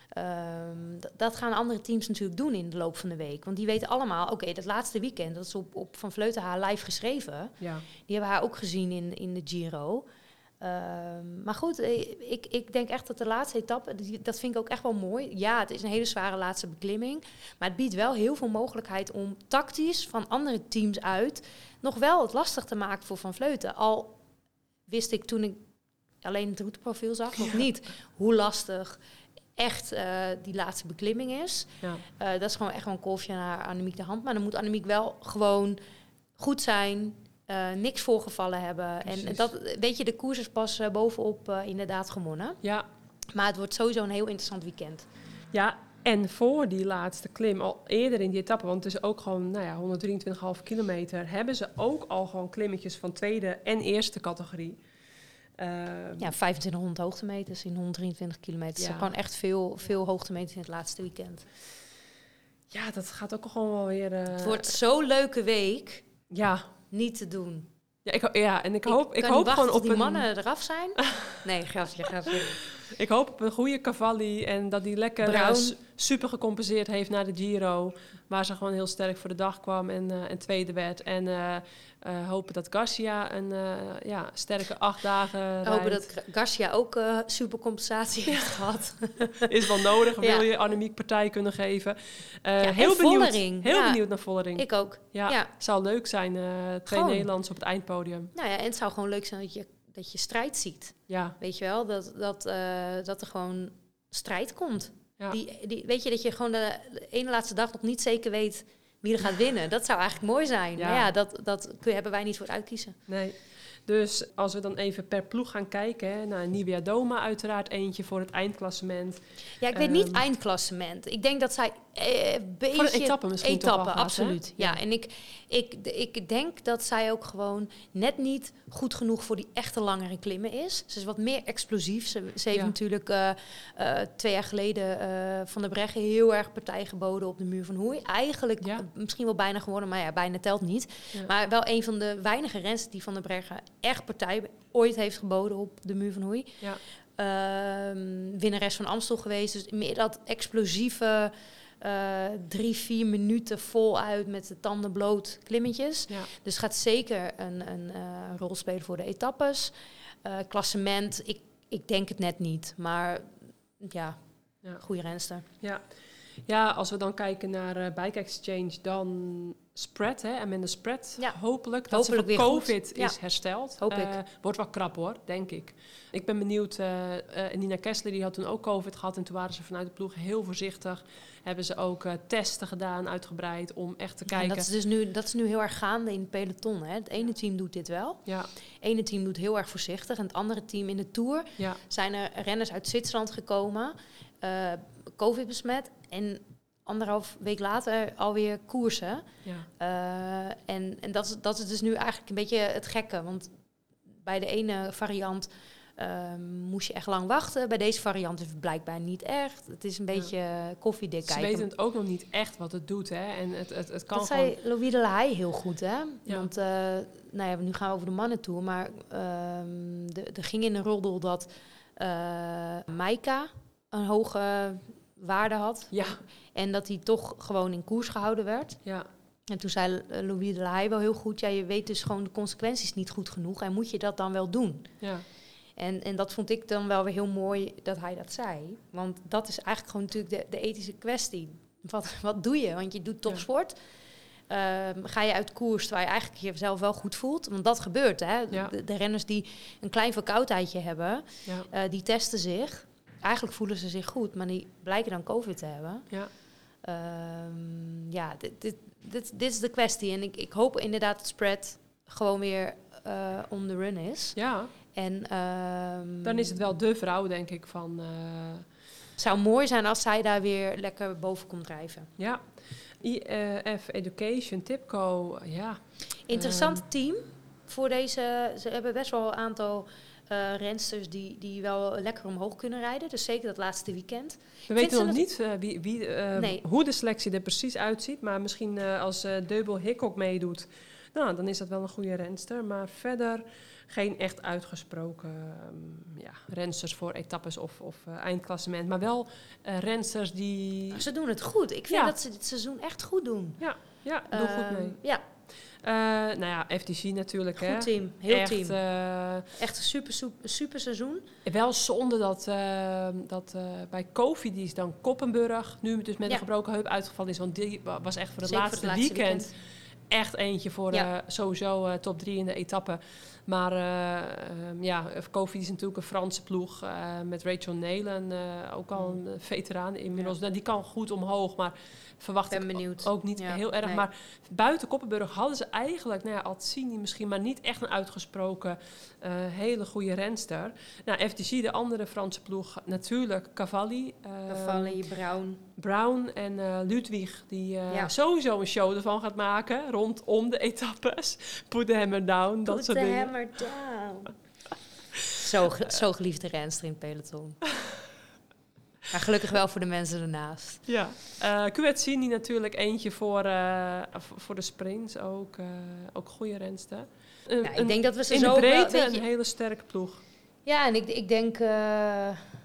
Um, d- dat gaan andere teams natuurlijk doen in de loop van de week. Want die weten allemaal, oké, okay, dat laatste weekend... dat is op, op Van Vleuten haar live geschreven. Ja. Die hebben haar ook gezien in, in de Giro. Um, maar goed, ik, ik denk echt dat de laatste etappe... Die, dat vind ik ook echt wel mooi. Ja, het is een hele zware laatste beklimming. Maar het biedt wel heel veel mogelijkheid om tactisch van andere teams uit... nog wel het lastig te maken voor Van Vleuten. Al wist ik toen ik alleen het routeprofiel zag nog ja. niet hoe lastig... echt uh, die laatste beklimming is. Ja. Uh, dat is gewoon echt wel een kolfje naar Annemiek de hand. Maar dan moet Annemiek wel gewoon goed zijn, uh, niks voorgevallen hebben. Precies. En dat, weet je, de koers is pas uh, bovenop uh, inderdaad gewonnen. Ja. Maar het wordt sowieso een heel interessant weekend. Ja, En voor die laatste klim, al eerder in die etappe, want het is ook gewoon nou ja, honderddrieëntwintig komma vijf kilometer, hebben ze ook al gewoon klimmetjes van tweede en eerste categorie. Uh, ja, vijfentwintighonderd hoogtemeters in honderdrieëntwintig kilometer. Ja. Dus gewoon echt veel, veel hoogtemeters in het laatste weekend. Ja, dat gaat ook gewoon wel weer... Uh, het wordt zo'n leuke week. Ja. Niet te doen. Ja, ik, ja en ik hoop, ik ik hoop gewoon op die een... mannen eraf zijn. Nee, grapje, grapje. Ik hoop op een goede Cavalli en dat die lekker uh, super gecompenseerd heeft naar de Giro. Waar ze gewoon heel sterk voor de dag kwam en, uh, en tweede werd. En uh, uh, hopen dat Garcia een uh, ja, sterke acht dagen hopen dat Garcia ook uh, super compensatie heeft gehad. Is wel nodig, wil ja. je Annemiek partij kunnen geven. Uh, ja, heel benieuwd, Vollering. heel ja. benieuwd naar Vollering. Ik ook. Ja, ja. zou leuk zijn. Uh, twee gewoon. Nederlanders op het eindpodium. Nou ja, en het zou gewoon leuk zijn dat je, dat je strijd ziet. Ja. Weet je wel, dat, dat, uh, dat er gewoon strijd komt. Ja. Die, die, weet je, dat je gewoon de, de ene laatste dag nog niet zeker weet wie er gaat winnen. Dat zou eigenlijk mooi zijn. Ja. Maar ja, dat, dat kun je, hebben wij niet voor uitkiezen. Nee. Dus als we dan even per ploeg gaan kijken, hè, naar Nibia Doma uiteraard eentje voor het eindklassement. Ja, ik weet um, niet eindklassement. Ik denk dat zij eh, een beetje... Voor een etappe misschien etappe, toch wel gaat, absoluut. Ja. ja, en ik, ik, ik denk dat zij ook gewoon net niet goed genoeg voor die echte langere klimmen is. Ze is wat meer explosief. Ze, ze heeft ja. natuurlijk uh, uh, twee jaar geleden uh, Van der Breggen heel erg partij geboden op de Muur van Hoei. Eigenlijk ja. misschien wel bijna gewonnen, maar ja, bijna telt niet. Ja. Maar wel een van de weinige rensters die Van der Breggen echt partij ooit heeft geboden op de Muur van Hoei. Ja. Uh, winnares van Amstel geweest. Dus meer dat explosieve uh, drie, vier minuten voluit met de tanden bloot klimmetjes. Ja. Dus gaat zeker een, een uh, rol spelen voor de etappes. Uh, klassement, ik, ik denk het net niet. Maar ja, ja. goede renster. Ja. Ja, als we dan kijken naar uh, Bike Exchange, dan spread, hè, en met de spread ja. hopelijk. Dat hopelijk ze van COVID goed. is ja. hersteld. Hoop ik. Uh, wordt wel krap hoor, denk ik. Ik ben benieuwd, uh, uh, Nina Kessler die had toen ook COVID gehad en toen waren ze vanuit de ploeg heel voorzichtig. Hebben ze ook uh, testen gedaan, uitgebreid, om echt te kijken. Ja, dat is dus nu, dat is nu heel erg gaande in het peloton. Hè. Het ene team doet dit wel. Ja. Het ene team doet heel erg voorzichtig. En het andere team in de Tour ja. zijn er renners uit Zwitserland gekomen, uh, COVID besmet en anderhalf week later alweer koersen. Ja. Uh, en en dat, is, dat is dus nu eigenlijk een beetje het gekke. Want bij de ene variant uh, moest je echt lang wachten. Bij deze variant is het blijkbaar niet echt. Het is een beetje ja. koffiedik kijken. Ze weten het ook nog niet echt wat het doet. Hè? En het, het, het kan dat gewoon... zei Louis de Lahaye heel goed. Hè? Ja. Want uh, nou ja, nu gaan we over de mannen toe. Maar uh, er ging in een roddel dat uh, Maika een hoge waarde had. Ja. En dat hij toch gewoon in koers gehouden werd. Ja. En toen zei Louis de Lahaye wel heel goed, ja, je weet dus gewoon de consequenties niet goed genoeg. En moet je dat dan wel doen? Ja. En, en dat vond ik dan wel weer heel mooi dat hij dat zei. Want dat is eigenlijk gewoon natuurlijk de, de ethische kwestie. Wat, wat doe je? Want je doet topsport. Ja. Uh, ga je uit koers waar je eigenlijk jezelf wel goed voelt? Want dat gebeurt, hè. Ja. De, de renners die een klein verkoudheidje hebben, ja. uh, die testen zich. Eigenlijk voelen ze zich goed, maar die blijken dan COVID te hebben. Ja, um, ja dit, dit, dit, dit is de kwestie. En ik, ik hoop inderdaad dat spread gewoon weer uh, on the run is. Ja. En, um, dan is het wel de vrouw, denk ik, van... Uh... Het zou mooi zijn als zij daar weer lekker boven komt drijven. Ja. I F Education, Tipco, ja. Interessant uh... team voor deze... Ze hebben best wel een aantal... Uh, rensters die, die wel lekker omhoog kunnen rijden. Dus zeker dat laatste weekend. We weten nog dat... niet uh, wie, wie, uh, nee. hoe de selectie er precies uitziet. Maar misschien uh, als uh, Deubel Hickok meedoet... Nou, dan is dat wel een goede renster. Maar verder geen echt uitgesproken um, ja, rensters voor etappes of, of uh, eindklassement. Maar wel uh, rensters die... Ze doen het goed. Ik vind ja. dat ze dit seizoen echt goed doen. Ja, ja doe uh, goed mee. Ja. Uh, nou ja, F T C natuurlijk. Goed hè. team, heel echt, team. Uh, echt een super, super, super seizoen. Wel zonde dat, uh, dat uh, bij Kofi, die is dan Koppenburg, nu dus met ja. een gebroken heup uitgevallen is. Want die was echt voor het, laatste, het laatste weekend, weekend echt eentje voor Ja. uh, sowieso uh, top drie in de etappe. Maar uh, um, ja, Cofidis is natuurlijk een Franse ploeg uh, met Rachel Nelen, uh, ook al een veteraan inmiddels. Ja. Nou, die kan goed omhoog, maar verwacht ben ik benieuwd. ook niet ja, heel erg. Nee. Maar buiten Koppenburg hadden ze eigenlijk, nou ja, Alcini misschien, maar niet echt een uitgesproken uh, hele goede renster. Nou, F D C, de andere Franse ploeg, natuurlijk Cavalli. Uh, Cavalli, Brown. Brown en uh, Ludwig, die uh, Ja. sowieso een show ervan gaat maken rondom de etappes. Put the hammer down, dat Put soort the dingen. hammer down. zo, ge- zo geliefde renster in het peloton. Maar gelukkig wel voor de mensen ernaast. Ja, uh, Kwiatkini natuurlijk eentje voor, uh, voor de sprints, ook, uh, ook goede renster. Uh, Ja, ik denk dat we ze in zo de wel, breedte weet je- een hele sterke ploeg. Ja, en ik, ik denk... Uh,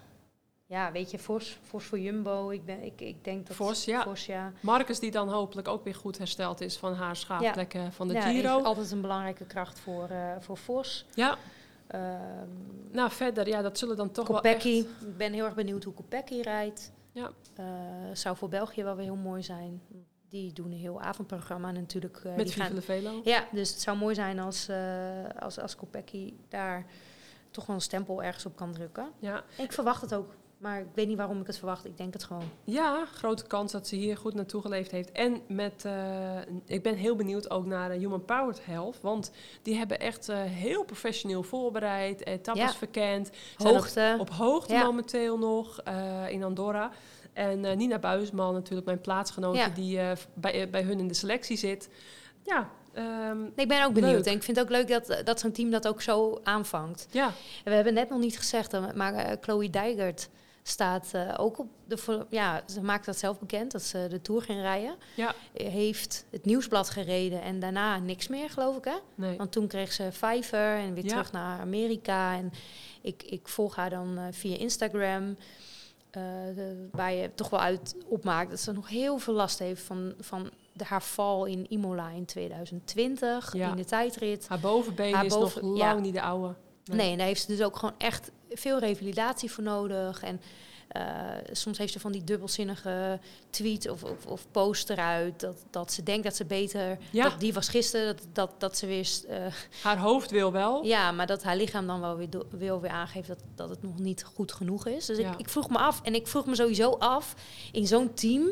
ja, weet je, Vos, Vos voor Jumbo. Ik, ben, ik, ik denk dat... Vos, ja. Vos, ja. Marcus die dan hopelijk ook weer goed hersteld is van haar schaafplekken ja. van de ja, Giro. is altijd een belangrijke kracht voor, uh, voor Vos. Ja. Um, nou, verder, ja, dat zullen dan toch Kopecky. wel echt... Ik ben heel erg benieuwd hoe Kopecky rijdt. Ja. Uh, zou voor België wel weer heel mooi zijn. Die doen een heel avondprogramma natuurlijk. Uh, Met die Vive gaan... le Velo. Ja, dus het zou mooi zijn als, uh, als, als Kopecky daar toch wel een stempel ergens op kan drukken. Ja. En ik verwacht het ook. Maar ik weet niet waarom ik het verwacht. Ik denk het gewoon. Ja, grote kans dat ze hier goed naartoe geleefd heeft. En met, uh, ik ben heel benieuwd ook naar uh, Human Powered Health. Want die hebben echt uh, heel professioneel voorbereid. Etappes ja. verkend. Hoogte. Op, op hoogte ja. momenteel nog uh, in Andorra. En uh, Nina Buisman natuurlijk, mijn plaatsgenote, ja. die uh, bij, uh, bij hun in de selectie zit. Ja. Um, nee, ik ben ook benieuwd. leuk. En ik vind het ook leuk dat, dat zo'n team dat ook zo aanvangt. Ja. En we hebben net nog niet gezegd, maar uh, Chloe Dijkert staat uh, ook op de... Ja, ze maakt dat zelf bekend, dat ze de Tour ging rijden. Ja. Heeft het Nieuwsblad gereden en daarna niks meer, geloof ik, hè? Nee. Want toen kreeg ze Fiverr en weer ja. terug naar Amerika. En ik, ik volg haar dan uh, via Instagram... Uh, de, waar je toch wel uit opmaakt dat ze nog heel veel last heeft van, van de, haar val in Imola in tweeduizend twintig, ja. in de tijdrit. Haar bovenbeen haar is boven, nog lang ja. niet de oude. Nee. nee, en daar heeft ze dus ook gewoon echt veel revalidatie voor nodig. En uh, soms heeft ze van die dubbelzinnige tweet of, of, of post eruit dat, dat ze denkt dat ze beter... Ja. Dat, die was gisteren, dat, dat, dat ze weer... Uh, haar hoofd wil wel. Ja, maar dat haar lichaam dan wel weer, do, wil weer aangeeft dat, dat het nog niet goed genoeg is. Dus ja. ik, ik vroeg me af, en ik vroeg me sowieso af, in zo'n team...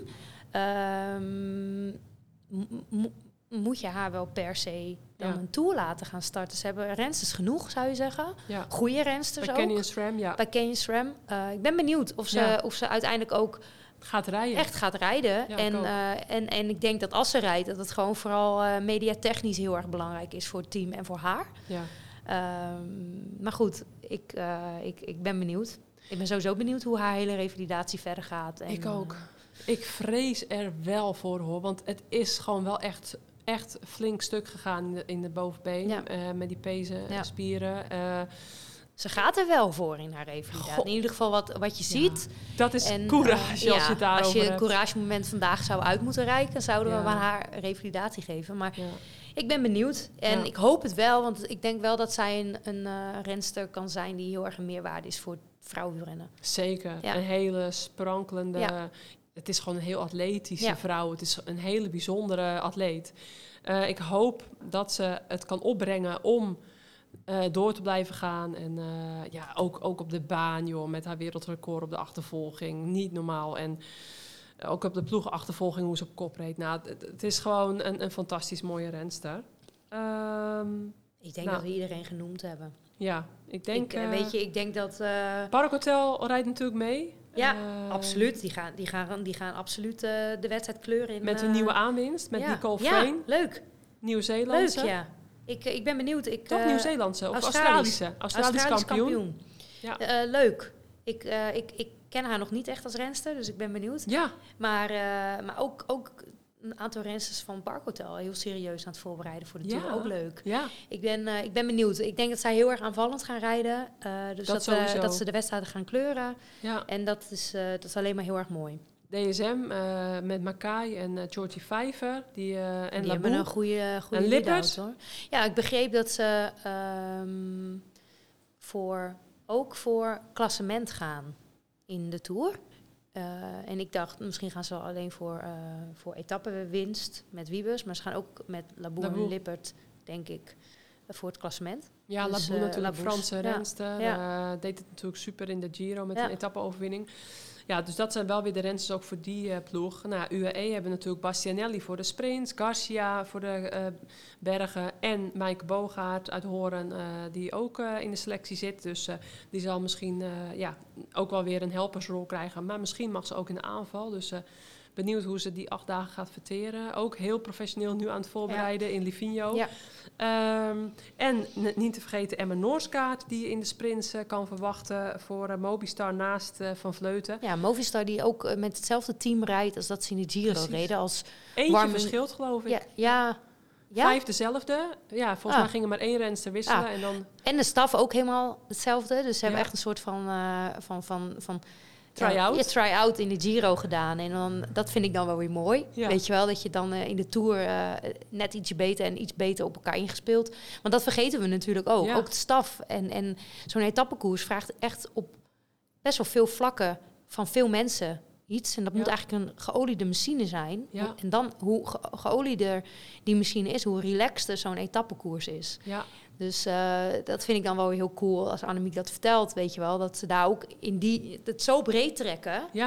Um, m- m- moet je haar wel per se dan ja. een Tour laten gaan starten. Ze hebben rensters genoeg, zou je zeggen. Ja. Goeie rensters bij ook. Canyon SRAM, ja. Bij Canyon SRAM. Uh, ik ben benieuwd of ze, ja. of ze uiteindelijk ook... gaat rijden. Echt gaat rijden. Ja, en, uh, en, en ik denk dat als ze rijdt, dat het gewoon vooral uh, mediatechnisch heel erg belangrijk is voor het team en voor haar. Ja. Um, maar goed, ik, uh, ik, ik ben benieuwd. Ik ben sowieso benieuwd hoe haar hele revalidatie verder gaat. En, ik ook. Uh, ik vrees er wel voor, hoor. Want het is gewoon wel echt... echt flink stuk gegaan in de, in de bovenbeen. Ja. Uh, met die pezen, ja. spieren. Uh, Ze gaat er wel voor in haar revalidatie. In ieder geval wat, wat je ja. ziet. Dat is en, courage uh, als ja, je het daarover Als je hebt. een courage moment vandaag zou uit moeten reiken... zouden ja. we maar haar revalidatie geven. Maar ja. ik ben benieuwd. En ja. ik hoop het wel. Want ik denk wel dat zij een, een uh, renster kan zijn... die heel erg een meerwaarde is voor vrouwenrennen. Zeker. Ja. Een hele sprankelende... Ja. Het is gewoon een heel atletische ja. vrouw. Het is een hele bijzondere atleet. Uh, ik hoop dat ze het kan opbrengen om uh, door te blijven gaan. En uh, ja, ook, ook op de baan, joh, met haar wereldrecord op de achtervolging. Niet normaal. En uh, ook op de ploegenachtervolging, hoe ze op kop reed. Nou, het, het is gewoon een, een fantastisch mooie renster. Um, ik denk nou, dat we iedereen genoemd hebben. Ja, ik denk... Ik, uh, weet je, ik denk dat... Uh, Parkhotel rijdt natuurlijk mee. Ja, uh, absoluut. Die gaan, die gaan, die gaan absoluut uh, de wedstrijd kleuren. In, met een uh, nieuwe aanwinst, met ja. Nicole Frame. Ja, leuk. Nieuw-Zeelandse. Leuk, ja. Ik, ik ben benieuwd. Ik, Toch uh, Nieuw-Zeelandse of Australische? Australisch, Australisch kampioen. kampioen. Ja. Uh, leuk. Ik, uh, ik, ik ken haar nog niet echt als renster, dus ik ben benieuwd. Ja. Maar, uh, maar ook... ook een aantal rensters van Parkhotel heel serieus aan het voorbereiden voor de Tour. Ja. Ook leuk. Ja. Ik, ben, uh, ik ben benieuwd. Ik denk dat zij heel erg aanvallend gaan rijden. Uh, dus dat, dat, uh, dat ze de wedstrijden gaan kleuren. Ja. En dat is, uh, dat is alleen maar heel erg mooi. D S M uh, met Mackay en uh, Georgie Fiver. Die, uh, en die hebben een goede, goede lead-out, hoor. Ja, ik begreep dat ze um, voor, ook voor klassement gaan in de Tour. Uh, en ik dacht, misschien gaan ze alleen voor, uh, voor etappenwinst met Wiebes. Maar ze gaan ook met Laboe en Lippert, denk ik, uh, voor het klassement. Ja, dus, Laboe uh, natuurlijk, Laboes. Franse renster. Ja. Ja. Uh, deed het natuurlijk super in de Giro met ja. een etappenoverwinning. Ja, dus dat zijn wel weer de rensters ook voor die uh, ploeg. Nou, U A E hebben natuurlijk Bastianelli voor de sprints, Garcia voor de uh, bergen en Maaike Bogaert uit Hoorn, uh, die ook uh, in de selectie zit. Dus uh, die zal misschien uh, ja, ook wel weer een helpersrol krijgen. Maar misschien mag ze ook in de aanval. Dus uh, benieuwd hoe ze die acht dagen gaat verteren. Ook heel professioneel nu aan het voorbereiden ja. in Livigno. Ja. Um, en n- niet te vergeten Emma Noorskaart, die je in de sprints uh, kan verwachten voor uh, Mobistar naast uh, Van Vleuten. Ja, Movistar die ook uh, met hetzelfde team rijdt als dat ze in de Giro Precies. reden. Als Eentje warme... verschilt, geloof ik. Ja, ja. Ja? Vijf dezelfde. Ja, volgens ah. mij gingen maar één renster wisselen. Ah. En, dan... en de staf ook helemaal hetzelfde. Dus ze ja. hebben echt een soort van... Uh, van, van, van Try-out? Ja, try-out in de Giro gedaan. En dan, dat vind ik dan wel weer mooi. Ja. Weet je wel, dat je dan uh, in de Tour uh, net ietsje beter en iets beter op elkaar ingespeeld. Want dat vergeten we natuurlijk ook. Ja. Ook de staf. En, en zo'n etappekoers vraagt echt op best wel veel vlakken van veel mensen iets. En dat ja. moet eigenlijk een geoliede machine zijn. Ja. En dan, hoe ge- geolieder die machine is, hoe relaxter zo'n etappekoers is. Ja. Dus uh, dat vind ik dan wel heel cool als Annemiek dat vertelt, weet je wel. Dat ze daar ook in die, het zo breed trekken. Ja.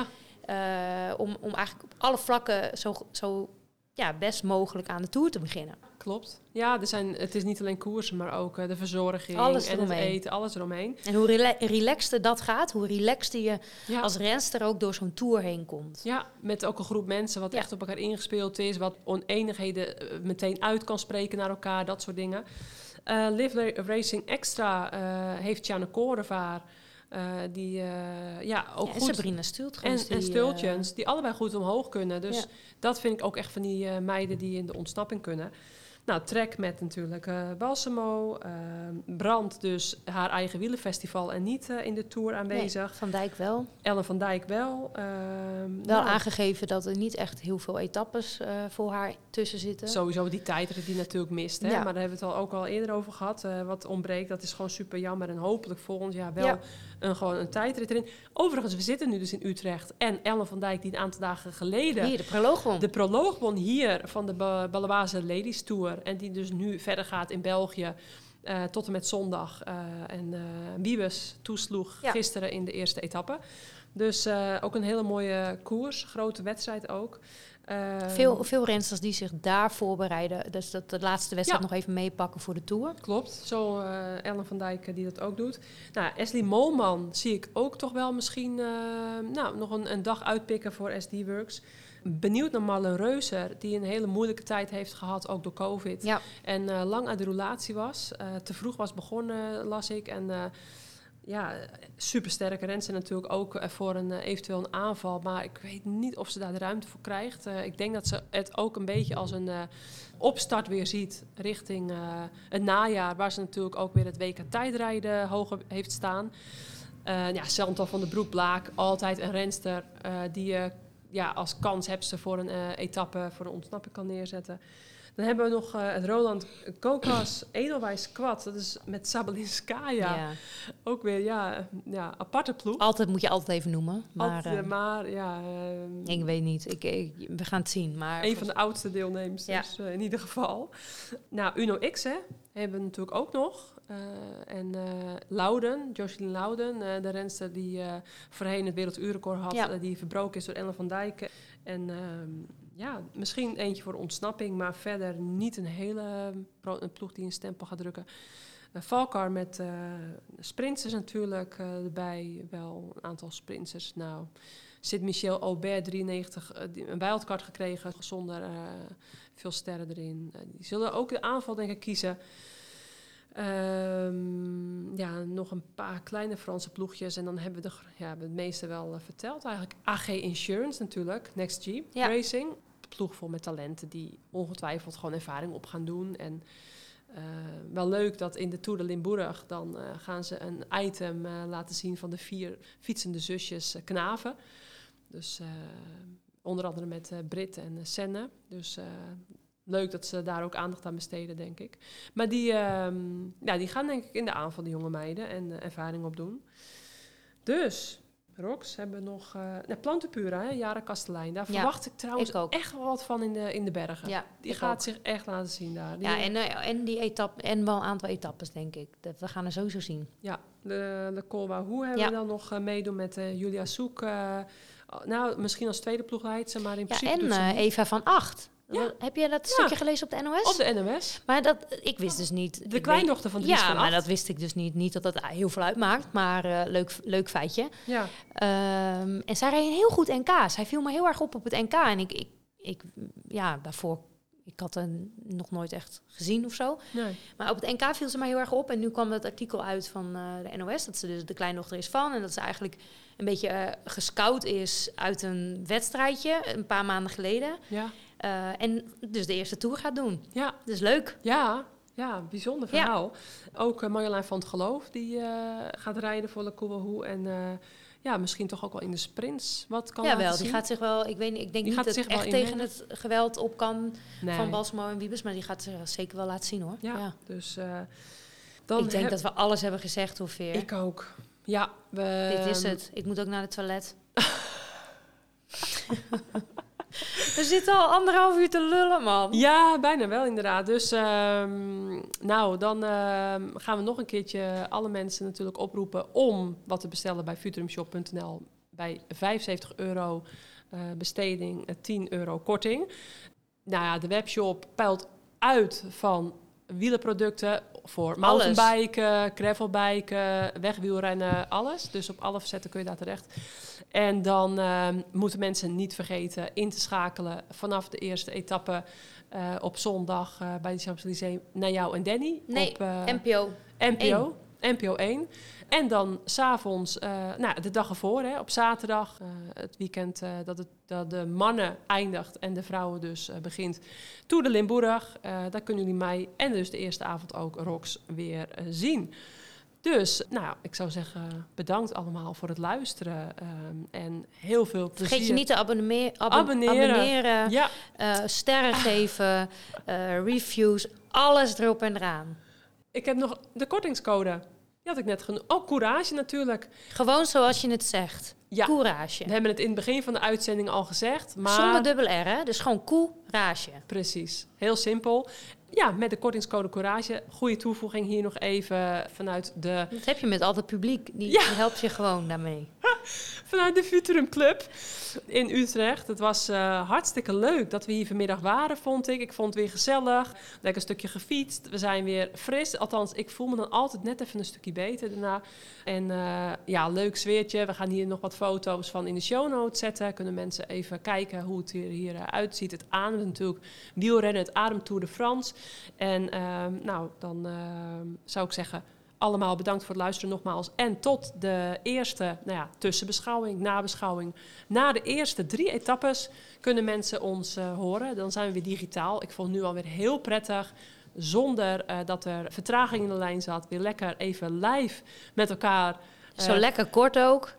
Uh, om, om eigenlijk op alle vlakken zo, zo ja, best mogelijk aan de Tour te beginnen. Klopt. Ja, er zijn, het is niet alleen koersen, maar ook uh, de verzorging alles en eromheen. het eten, alles eromheen. En hoe rela- relaxter dat gaat, hoe relaxter je ja. als renster ook door zo'n Tour heen komt. Ja, met ook een groep mensen wat ja. echt op elkaar ingespeeld is, wat oneenigheden uh, meteen uit kan spreken naar elkaar, dat soort dingen. Uh, Live Racing Extra uh, heeft Tjana Korevaar, uh, die uh, ja ook ja, goed... Sabrina Stultgens. En, en Stultjens, uh, die allebei goed omhoog kunnen. Dus ja. dat vind ik ook echt van die uh, meiden die in de ontsnapping kunnen. Nou, Trek met natuurlijk uh, Balsamo. Uh, Brandt dus haar eigen wielenfestival en niet uh, in de Tour aanwezig. Nee, Van Dijk wel. Ellen van Dijk wel. Uh, wel nou, aangegeven dat er niet echt heel veel etappes uh, voor haar tussen zitten. Sowieso die tijdrit die natuurlijk mist. Hè? Ja. Maar daar hebben we het al ook al eerder over gehad. Uh, wat ontbreekt, dat is gewoon super jammer. En hopelijk volgend jaar wel ja. een, gewoon een tijdrit erin. Overigens, we zitten nu dus in Utrecht. En Ellen van Dijk die een aantal dagen geleden... Hier, de proloog won. De proloog won hier van de Baloise Ladies Tour. En die dus nu verder gaat in België uh, tot en met zondag. Uh, en uh, Wiebes toesloeg ja. gisteren in de eerste etappe. Dus uh, ook een hele mooie koers. Grote wedstrijd ook. Uh, veel, veel rensters die zich daar voorbereiden. Dus dat de laatste wedstrijd ja. nog even meepakken voor de Tour. Klopt. Zo uh, Ellen van Dijk die dat ook doet. Nou, Ashley Molman zie ik ook toch wel misschien uh, nou, nog een, een dag uitpikken voor S D Works. Benieuwd naar Marlen Reuser, die een hele moeilijke tijd heeft gehad, ook door COVID. Ja. En uh, lang uit de roulatie was. Uh, te vroeg was begonnen, las ik. En uh, ja, supersterke renster natuurlijk ook uh, voor een uh, eventueel een aanval. Maar ik weet niet of ze daar de ruimte voor krijgt. Uh, ik denk dat ze het ook een beetje als een uh, opstart weer ziet richting uh, het najaar. Waar ze natuurlijk ook weer het W K tijdrijden hoger heeft staan. Uh, ja, Chantal van der Broek-Blaak, altijd een renster uh, die je... Uh, ja, als kans heb ze voor een uh, etappe, voor een ontsnapping kan neerzetten. Dan hebben we nog uh, het Roland Kokas Edelweiss Quad. Dat is met Sabalinskaya. Ja. Ook weer, ja, ja, aparte ploeg. Altijd moet je altijd even noemen. Maar, altijd, uh, maar ja... Uh, ik weet niet. Ik, ik, we gaan het zien. Maar een van de oudste deelnemers ja. dus, uh, in ieder geval. Nou, Uno X, hè, hebben we natuurlijk ook nog. Uh, en uh, Louden, Jocelyn Louden, uh, de renster die uh, voorheen het werelduurrecord had, ja. uh, die verbroken is door Ellen van Dijk. En uh, ja, misschien eentje voor ontsnapping, maar verder niet een hele pro- een ploeg die een stempel gaat drukken. Uh, Valkar met uh, sprinters natuurlijk uh, erbij, wel een aantal sprinters. Nou, Sint-Michel Aubert, drieënnegentig, uh, die, een wildcard gekregen, zonder uh, veel sterren erin. Uh, die zullen ook de aanval denk ik kiezen. Um, ja, nog een paar kleine Franse ploegjes. En dan hebben we, de, ja, het meeste wel uh, verteld eigenlijk. A G Insurance natuurlijk, Next G ja. Racing. Ploeg vol met talenten die ongetwijfeld gewoon ervaring op gaan doen. En uh, wel leuk dat in de Tour de Limburg dan uh, gaan ze een item uh, laten zien van de vier fietsende zusjes uh, Knaven. Dus uh, onder andere met uh, Britt en uh, Senne. Dus... Uh, Leuk dat ze daar ook aandacht aan besteden, denk ik. Maar die, um, ja, die gaan denk ik in de aanval, die jonge meiden, en uh, ervaring opdoen. Dus, Rox hebben nog... Uh, nou, Plantopura, hè, Jara Kastelein. Daar Ja, verwacht ik trouwens ik ook. echt wel wat van in de, in de bergen. Ja, Die ik gaat ook. zich echt laten zien daar. Die Ja, en, uh, en die etappe, en wel een aantal etappes, denk ik. Dat, we gaan er sowieso zien. Ja, de, de Col Wahoo hebben Ja. we dan nog uh, meedoen met uh, Julia Soek. Uh, nou, misschien als tweede ploegleidster, maar in Ja, principe... en doet ze uh, niet. Eva van Acht. Ja. Heb je dat Ja. stukje gelezen op de N O S? Op de N O S. Maar dat, ik wist dus niet... De ik kleindochter van weet, Dries Ja, van maar Acht. dat wist ik dus niet. Niet dat dat heel veel uitmaakt, maar uh, leuk, leuk feitje. Ja. Um, en zij reed een heel goed N K. Zij viel me heel erg op op het N K. En ik, ik, ik ja, daarvoor... Ik had haar nog nooit echt gezien of zo. Nee. Maar op het N K viel ze mij heel erg op. En nu kwam dat artikel uit van uh, de N O S. Dat ze dus de kleindochter is van. En dat ze eigenlijk een beetje uh, gescout is uit een wedstrijdje. Een paar maanden geleden. Ja. Uh, en dus de eerste tour gaat doen. Ja. Dus leuk. Ja, ja, bijzonder verhaal. Ja. Ook uh, Marjolein van het Geloof, die uh, gaat rijden voor de Col Wahoo. En uh, ja, misschien toch ook wel in de sprints wat kan Ja, wel. zien. Die gaat zich wel... Ik, weet, ik denk die niet gaat dat zich echt wel tegen het geweld op kan nee. van Balsamo en Wiebes. Maar die gaat zich zeker wel laten zien, hoor. Ja, ja. dus... Uh, dan ik denk heb... dat we alles hebben gezegd, hoeveel. Ik ook. Ja, we... Dit is het. Ik moet ook naar het toilet. We zitten al anderhalf uur te lullen, man. Ja, bijna wel inderdaad. Dus um, nou, dan uh, gaan we nog een keertje alle mensen natuurlijk oproepen om wat te bestellen bij futurumshop punt n l. Bij vijfenzeventig euro uh, besteding, uh, tien euro korting. Nou ja, de webshop peilt uit van wielerproducten voor mountainbiken, gravelbiken, wegwielrennen, alles. Dus op alle facetten kun je daar terecht. En dan uh, moeten mensen niet vergeten in te schakelen vanaf de eerste etappe uh, op zondag uh, bij de Champs-Élysées naar jou en Danny. Nee, op, uh, N P O. N P O. N P O één. En dan s'avonds, uh, nou, de dag ervoor, hè, op zaterdag, uh, het weekend uh, dat, het, dat de mannen eindigt en de vrouwen dus uh, begint. Tour de Limburg, uh, daar kunnen jullie mij en dus de eerste avond ook Rox weer uh, zien. Dus, nou, ik zou zeggen, bedankt allemaal voor het luisteren um, en heel veel plezier. Vergeet je niet te abonneren, abon- abonneren. abonneren Ja. uh, sterren geven, uh, reviews, alles erop en eraan. Ik heb nog de kortingscode. Die had ik net genoemd. Oh, Courage natuurlijk. Gewoon zoals je het zegt. Ja. Courage. We hebben het in het begin van de uitzending al gezegd. Maar... Zonder dubbel R, hè? Dus gewoon Courage. Precies. Heel simpel. Ja, met de kortingscode Courage. Goede toevoeging hier nog even vanuit de... Dat heb je met al het publiek. Die, Ja. die helpt je gewoon daarmee. Vanuit de Futurum Club in Utrecht. Het was uh, hartstikke leuk dat we hier vanmiddag waren, vond ik. Ik vond het weer gezellig. Lekker een stukje gefietst. We zijn weer fris. Althans, ik voel me dan altijd net even een stukje beter daarna. En uh, ja, leuk sfeertje. We gaan hier nog wat foto's van in de show notes zetten. Kunnen mensen even kijken hoe het hier, hier uh, uitziet. Het ademt natuurlijk wielrennen. Het ademt Tour de France. En uh, nou, dan uh, zou ik zeggen... Allemaal bedankt voor het luisteren nogmaals. En tot de eerste nou ja, tussenbeschouwing, nabeschouwing. Na de eerste drie etappes kunnen mensen ons uh, horen. Dan zijn we weer digitaal. Ik vond het nu alweer heel prettig. Zonder uh, dat er vertraging in de lijn zat. Weer lekker even live met elkaar. Uh, Zo lekker kort ook.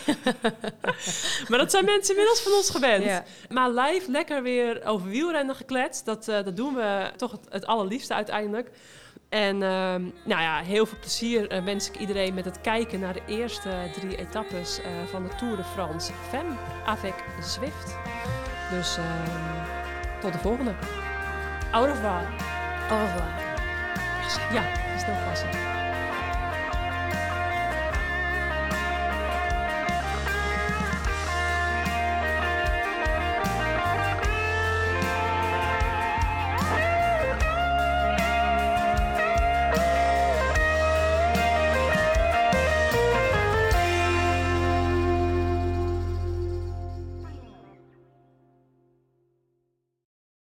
Maar dat zijn mensen inmiddels van ons gewend. Ja. Maar live lekker weer over wielrennen gekletst. Dat, uh, dat doen we toch het, het allerliefste uiteindelijk. En uh, nou ja, heel veel plezier uh, wens ik iedereen met het kijken naar de eerste drie etappes uh, van de Tour de France Femme avec Zwift. Dus uh, tot de volgende. Au revoir. Au revoir. Ja, snel passen.